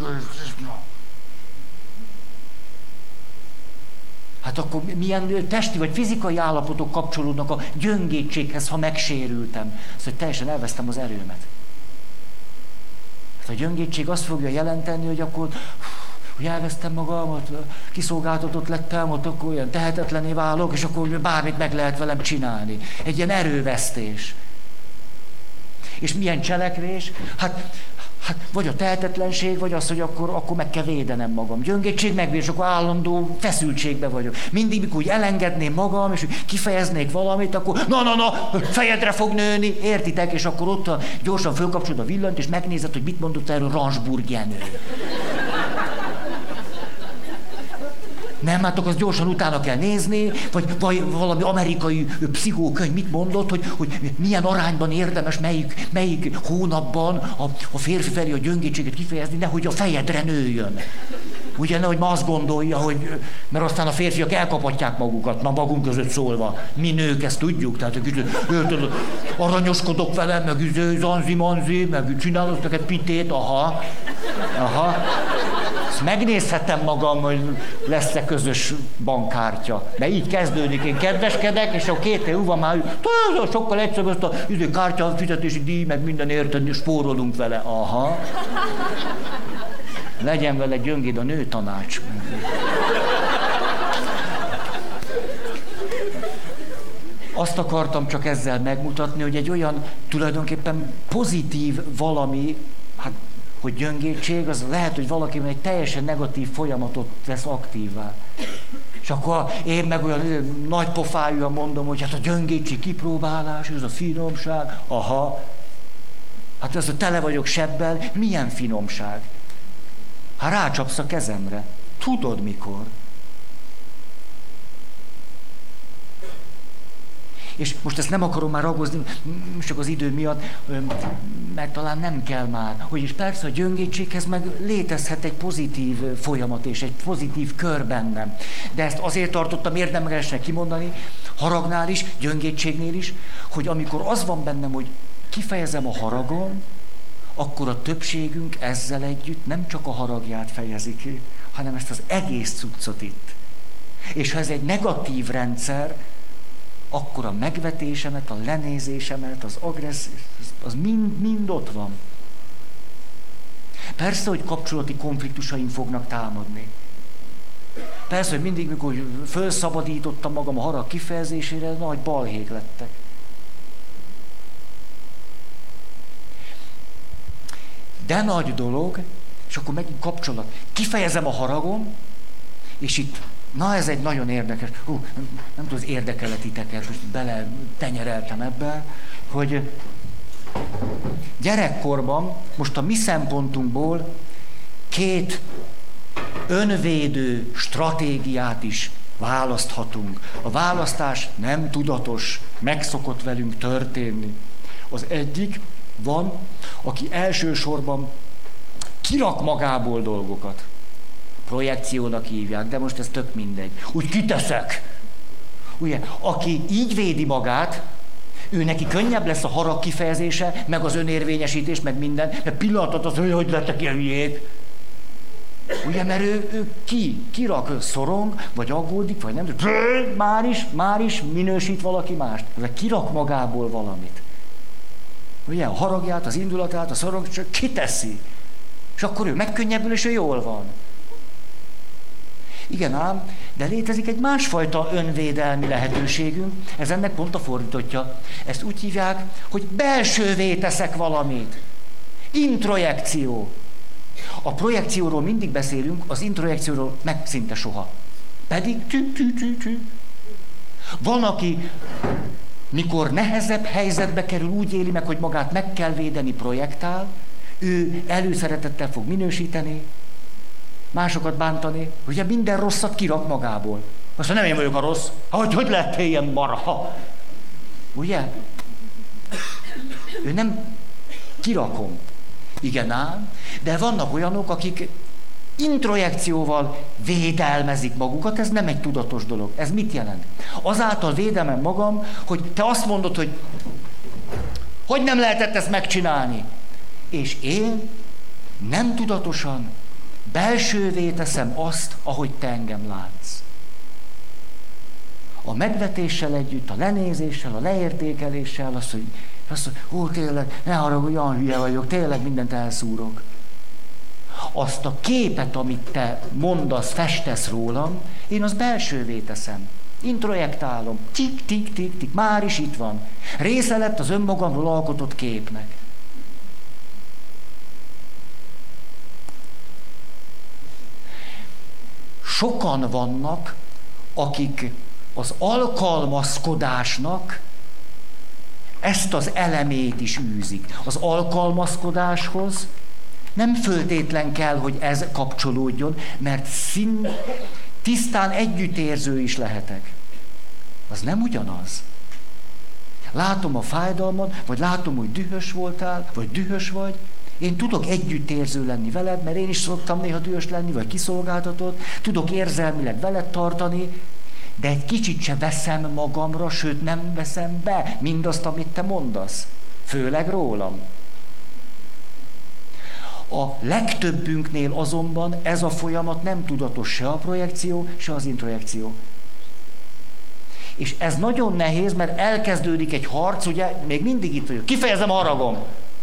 Hát akkor milyen testi vagy fizikai állapotok kapcsolódnak a gyöngétséghez, ha megsérültem. Szóval teljesen elvesztem az erőmet. Hát a gyöngétség azt fogja jelenteni, hogy akkor hogy elvesztem magamat, kiszolgáltatott lettem, ott akkor olyan tehetetlené válok, és akkor bármit meg lehet velem csinálni. Egy ilyen erővesztés. És milyen cselekvés? Hát vagy a tehetetlenség, vagy az, hogy akkor meg kell védenem magam. Gyöngétség megvéd, és akkor állandó feszültségbe vagyok. Mindig, mikor úgy elengedném magam, és kifejeznék valamit, akkor na, fejedre fog nőni, értitek? És akkor ott gyorsan fölkapcsolod a villanyt, és megnézed, hogy mit mondott erről Ransburg Jenő. Nem, hát akkor azt gyorsan utána kell nézni, vagy valami amerikai pszichókönyv mit mondott, hogy milyen arányban érdemes melyik hónapban a férfi felé a gyöngétséget kifejezni, nehogy a fejedre nőjön. Ugye, nehogy ma azt gondolja, hogy... Mert aztán a férfiak elkaphatják magukat, na magunk között szólva. Mi nők ezt tudjuk, tehát aranyoskodok velem, meg zanzi-manzi, meg csinálok neked pitét, aha. Ezt megnézhetem magam, hogy lesz-e közös bankkártya. De így kezdődik, én kedveskedek, és a 2 év van már, sokkal egyszerűbb azt a kártya, fizetési díj, meg minden érted, spórolunk vele. Aha. Legyen vele gyöngéd a nőtanács. Azt akartam csak ezzel megmutatni, hogy egy olyan tulajdonképpen pozitív valami, hát, hogy gyöngétség, az lehet, hogy valaki egy teljesen negatív folyamatot tesz aktívvá. És akkor én meg olyan nagy pofájúan mondom, hogy hát a gyöngétség kipróbálás, ez a finomság. Aha. Hát ez a tele vagyok sebbel, milyen finomság? Hát rácsapsz a kezemre. Tudod mikor. És most ezt nem akarom már ragozni, csak az idő miatt, mert talán nem kell már. Hogy is persze a gyöngétséghez meg létezhet egy pozitív folyamat és egy pozitív kör bennem. De ezt azért tartottam érdemesnek kimondani, haragnál is, gyöngétségnél is, hogy amikor az van bennem, hogy kifejezem a haragom, akkor a többségünk ezzel együtt nem csak a haragját fejezi ki, hanem ezt az egész cuccot itt. És ha ez egy negatív rendszer, akkor a megvetésemet, a lenézésemet, az agresszió, az mind ott van. Persze, hogy kapcsolati konfliktusaim fognak támadni. Persze, hogy mindig, mikor felszabadítottam magam a harag kifejezésére, nagy balhék lettek. De nagy dolog, és akkor megint kapcsolat. Kifejezem a haragom, és itt, na ez egy nagyon érdekes, nem tudom, az érdekeletiteket, most bele tenyereltem ebbe, hogy gyerekkorban, most a mi szempontunkból 2 önvédő stratégiát is választhatunk. A választás nem tudatos, megszokott velünk történni. Az egyik van, aki elsősorban kirak magából dolgokat. Projekciónak hívják, de most ez tök mindegy. Úgy kiteszek. Ugye, aki így védi magát, ő neki könnyebb lesz a harag kifejezése, meg az önérvényesítés, meg minden, mert pillanatot az, hogy lettek ilyen hülyék. Ugye, mert ő kirak, szorong, vagy aggódik, vagy nem tudom, már is minősít valaki mást. De kirak magából valamit. Ugye, a haragját, az indulatát, a szorong, csak kiteszi. És akkor ő megkönnyebbül, és ő jól van. Igen ám, de létezik egy másfajta önvédelmi lehetőségünk, ez ennek pont a fordítottja. Ezt úgy hívják, hogy belsővé teszek valamit. Introjekció. A projekcióról mindig beszélünk, az introjekcióról meg szinte soha. Pedig Van, aki mikor nehezebb helyzetbe kerül, úgy éli meg, hogy magát meg kell védeni, projektál, ő előszeretettel fog minősíteni, másokat bántani, ugye minden rosszat kirak magából. Azt mondja, nem én vagyok a rossz. Hogy lettél ilyen marha? Ugye? Ő nem kirakom. Igen ám, de vannak olyanok, akik introjekcióval védelmezik magukat, ez nem egy tudatos dolog. Ez mit jelent? Azáltal védelmem magam, hogy te azt mondod, hogy nem lehetett ezt megcsinálni. És én nem tudatosan belsővé teszem azt, ahogy te engem látsz. A megvetéssel együtt, a lenézéssel, a leértékeléssel, azt, hogy tényleg, ne haragudj, olyan hülye vagyok, tényleg mindent elszúrok. Azt a képet, amit te mondasz, festesz rólam, én azt belsővé teszem. Introjektálom. Tik, tik, tik, tik, már is itt van. Része lett az önmagamról alkotott képnek. Sokan vannak, akik az alkalmazkodásnak ezt az elemét is űzik. Az alkalmazkodáshoz nem föltétlen kell, hogy ez kapcsolódjon, mert tisztán együttérző is lehetek. Az nem ugyanaz. Látom a fájdalmat, vagy látom, hogy dühös voltál, vagy dühös vagy. Én tudok együttérző lenni veled, mert én is szoktam néha dühös lenni, vagy kiszolgáltatott. Tudok érzelmileg veled tartani, de egy kicsit se veszem magamra, sőt nem veszem be mindazt, amit te mondasz. Főleg rólam. A legtöbbünknél azonban ez a folyamat nem tudatos, se a projekció, se az introjekció. És ez nagyon nehéz, mert elkezdődik egy harc, ugye, még mindig itt vagyok, kifejezem a haragom.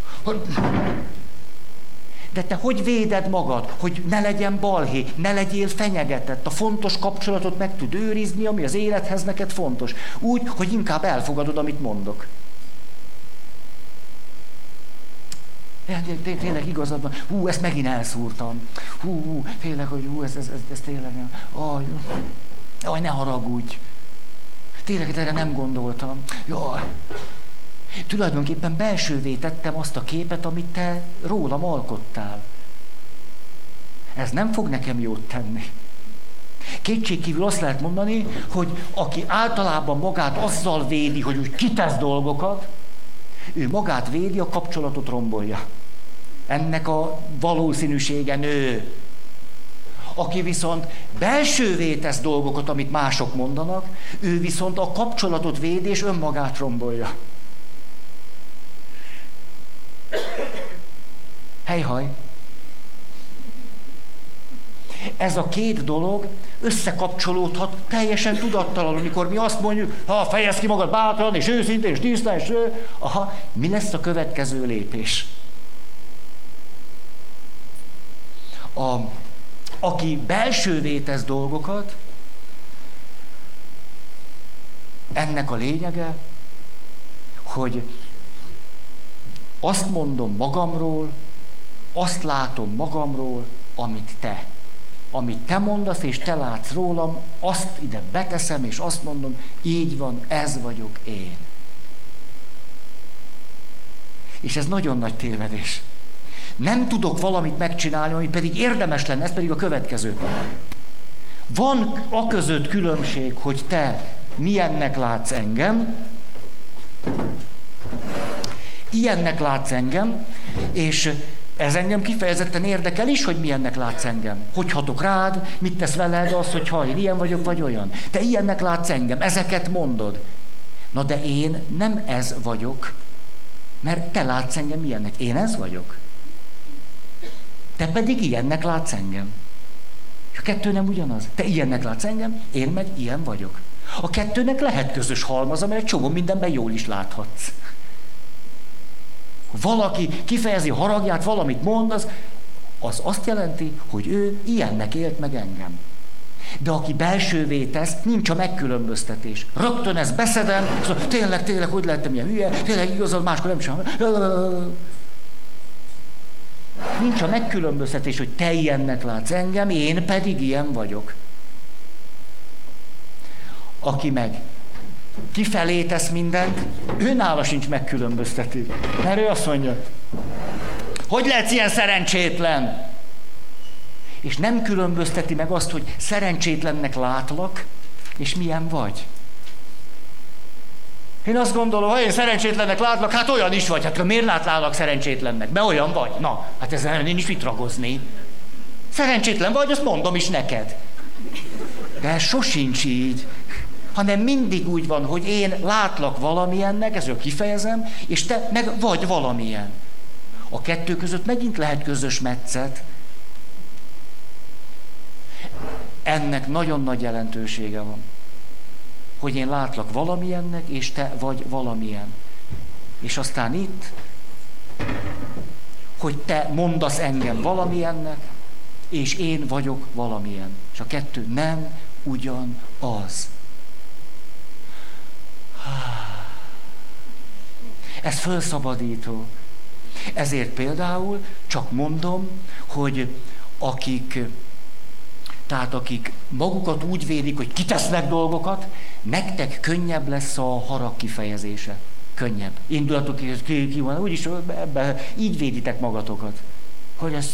De te hogy véded magad, hogy ne legyen balhé, ne legyél fenyegetett, a fontos kapcsolatot meg tud őrizni, ami az élethez neked fontos. Úgy, hogy inkább elfogadod, amit mondok. Tényleg igazad van, ezt megint elszúrtam. Tényleg, hogy ez tényleg nem. Jaj, ne haragudj. Tényleg erre nem gondoltam. Jaj. Tulajdonképpen belsővé tettem azt a képet, amit te rólam alkottál. Ez nem fog nekem jót tenni. Kétségkívül azt lehet mondani, hogy aki általában magát azzal védi, hogy úgy kitesz dolgokat, ő magát védi, a kapcsolatot rombolja. Ennek a valószínűsége nő. Aki viszont belsővé tesz dolgokat, amit mások mondanak, ő viszont a kapcsolatot védi és önmagát rombolja. Helyhaj! Ez a két dolog összekapcsolódhat teljesen tudattalanul, amikor mi azt mondjuk, ha fejezd ki magad bátran, és őszintén, és tisztán, és mi lesz a következő lépés? Aki belsővé tesz dolgokat, ennek a lényege, hogy azt mondom magamról, azt látom magamról, amit te mondasz, és te látsz rólam, azt ide beteszem, és azt mondom, így van, ez vagyok én. És ez nagyon nagy tévedés. Nem tudok valamit megcsinálni, ami pedig érdemes lenne, ez pedig a következő. Van aközött különbség, hogy te milyennek látsz engem, ilyennek látsz engem, és ez engem kifejezetten érdekel is, hogy milyennek látsz engem. Hogy hatok rád, mit tesz veled az, hogy ha én ilyen vagyok, vagy olyan. Te ilyennek látsz engem, ezeket mondod. Na de én nem ez vagyok, mert te látsz engem ilyennek. Én ez vagyok. Te pedig ilyennek látsz engem. És a kettő nem ugyanaz. Te ilyennek látsz engem, én meg ilyen vagyok. A kettőnek lehet közös halmaz, amely egy csomó mindenben jól is láthatsz. Valaki kifejezi haragját, valamit mond, az azt jelenti, hogy ő ilyennek élt meg engem. De aki belsővé tesz, nincs a megkülönböztetés. Rögtön ezt beszedem, szóval tényleg, hogy lettem ilyen hülye, tényleg igazad, máskor nem sem. Nincs a megkülönböztetés, hogy te ilyennek látsz engem, én pedig ilyen vagyok. Aki meg kifelé tesz mindent, őnála sincs megkülönböztetés. Mert ő azt mondja, hogy lehetsz ilyen szerencsétlen? És nem különbözteti meg azt, hogy szerencsétlennek látlak, és milyen vagy. Én azt gondolom, ha én szerencsétlennek látlak, hát olyan is vagy. Hát miért látlak szerencsétlennek? Mert olyan vagy. Na, hát ezzel nincs mit ragozni. Szerencsétlen vagy, azt mondom is neked. De ez sosincs így. Hanem mindig úgy van, hogy én látlak valamilyennek, ezzel kifejezem, és te meg vagy valamilyen. A kettő között megint lehet közös metszet. Ennek nagyon nagy jelentősége van. Hogy én látlak valamilyennek, és te vagy valamilyen. És aztán itt, hogy te mondasz engem valamilyennek, és én vagyok valamilyen. És a kettő nem ugyanaz. Ez felszabadító. Ezért például csak mondom, hogy akik magukat úgy védik, hogy kitesznek dolgokat, nektek könnyebb lesz a harag kifejezése. Könnyebb. Indulatok ki van, úgyis ebben így véditek magatokat. Hogy ez...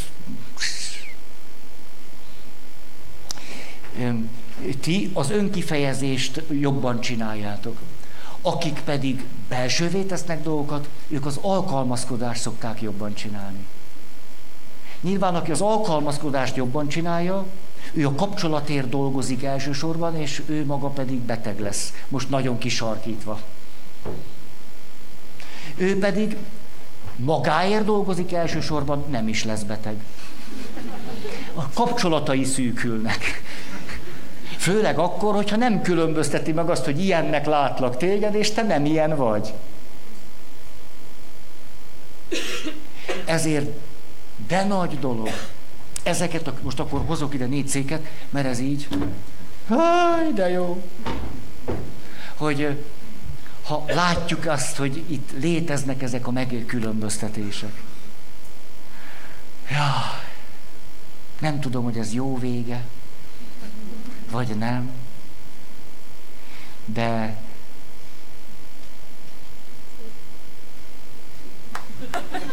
Ti az önkifejezést jobban csináljátok. Akik pedig belsővé tesznek dolgokat, ők az alkalmazkodást szokták jobban csinálni. Nyilván, aki az alkalmazkodást jobban csinálja, ő a kapcsolatért dolgozik elsősorban, és ő maga pedig beteg lesz. Most nagyon kisarkítva. Ő pedig magáért dolgozik elsősorban, nem is lesz beteg. A kapcsolatai szűkülnek. Főleg akkor, hogyha nem különbözteti meg azt, hogy ilyennek látlak téged, és te nem ilyen vagy. Ezért de nagy dolog. Ezeket, most akkor hozok ide 4 széket, mert ez így. Háj, de jó. Hogy ha látjuk azt, hogy itt léteznek ezek a megkülönböztetések. Ja, nem tudom, hogy ez jó vége, vagy nem. De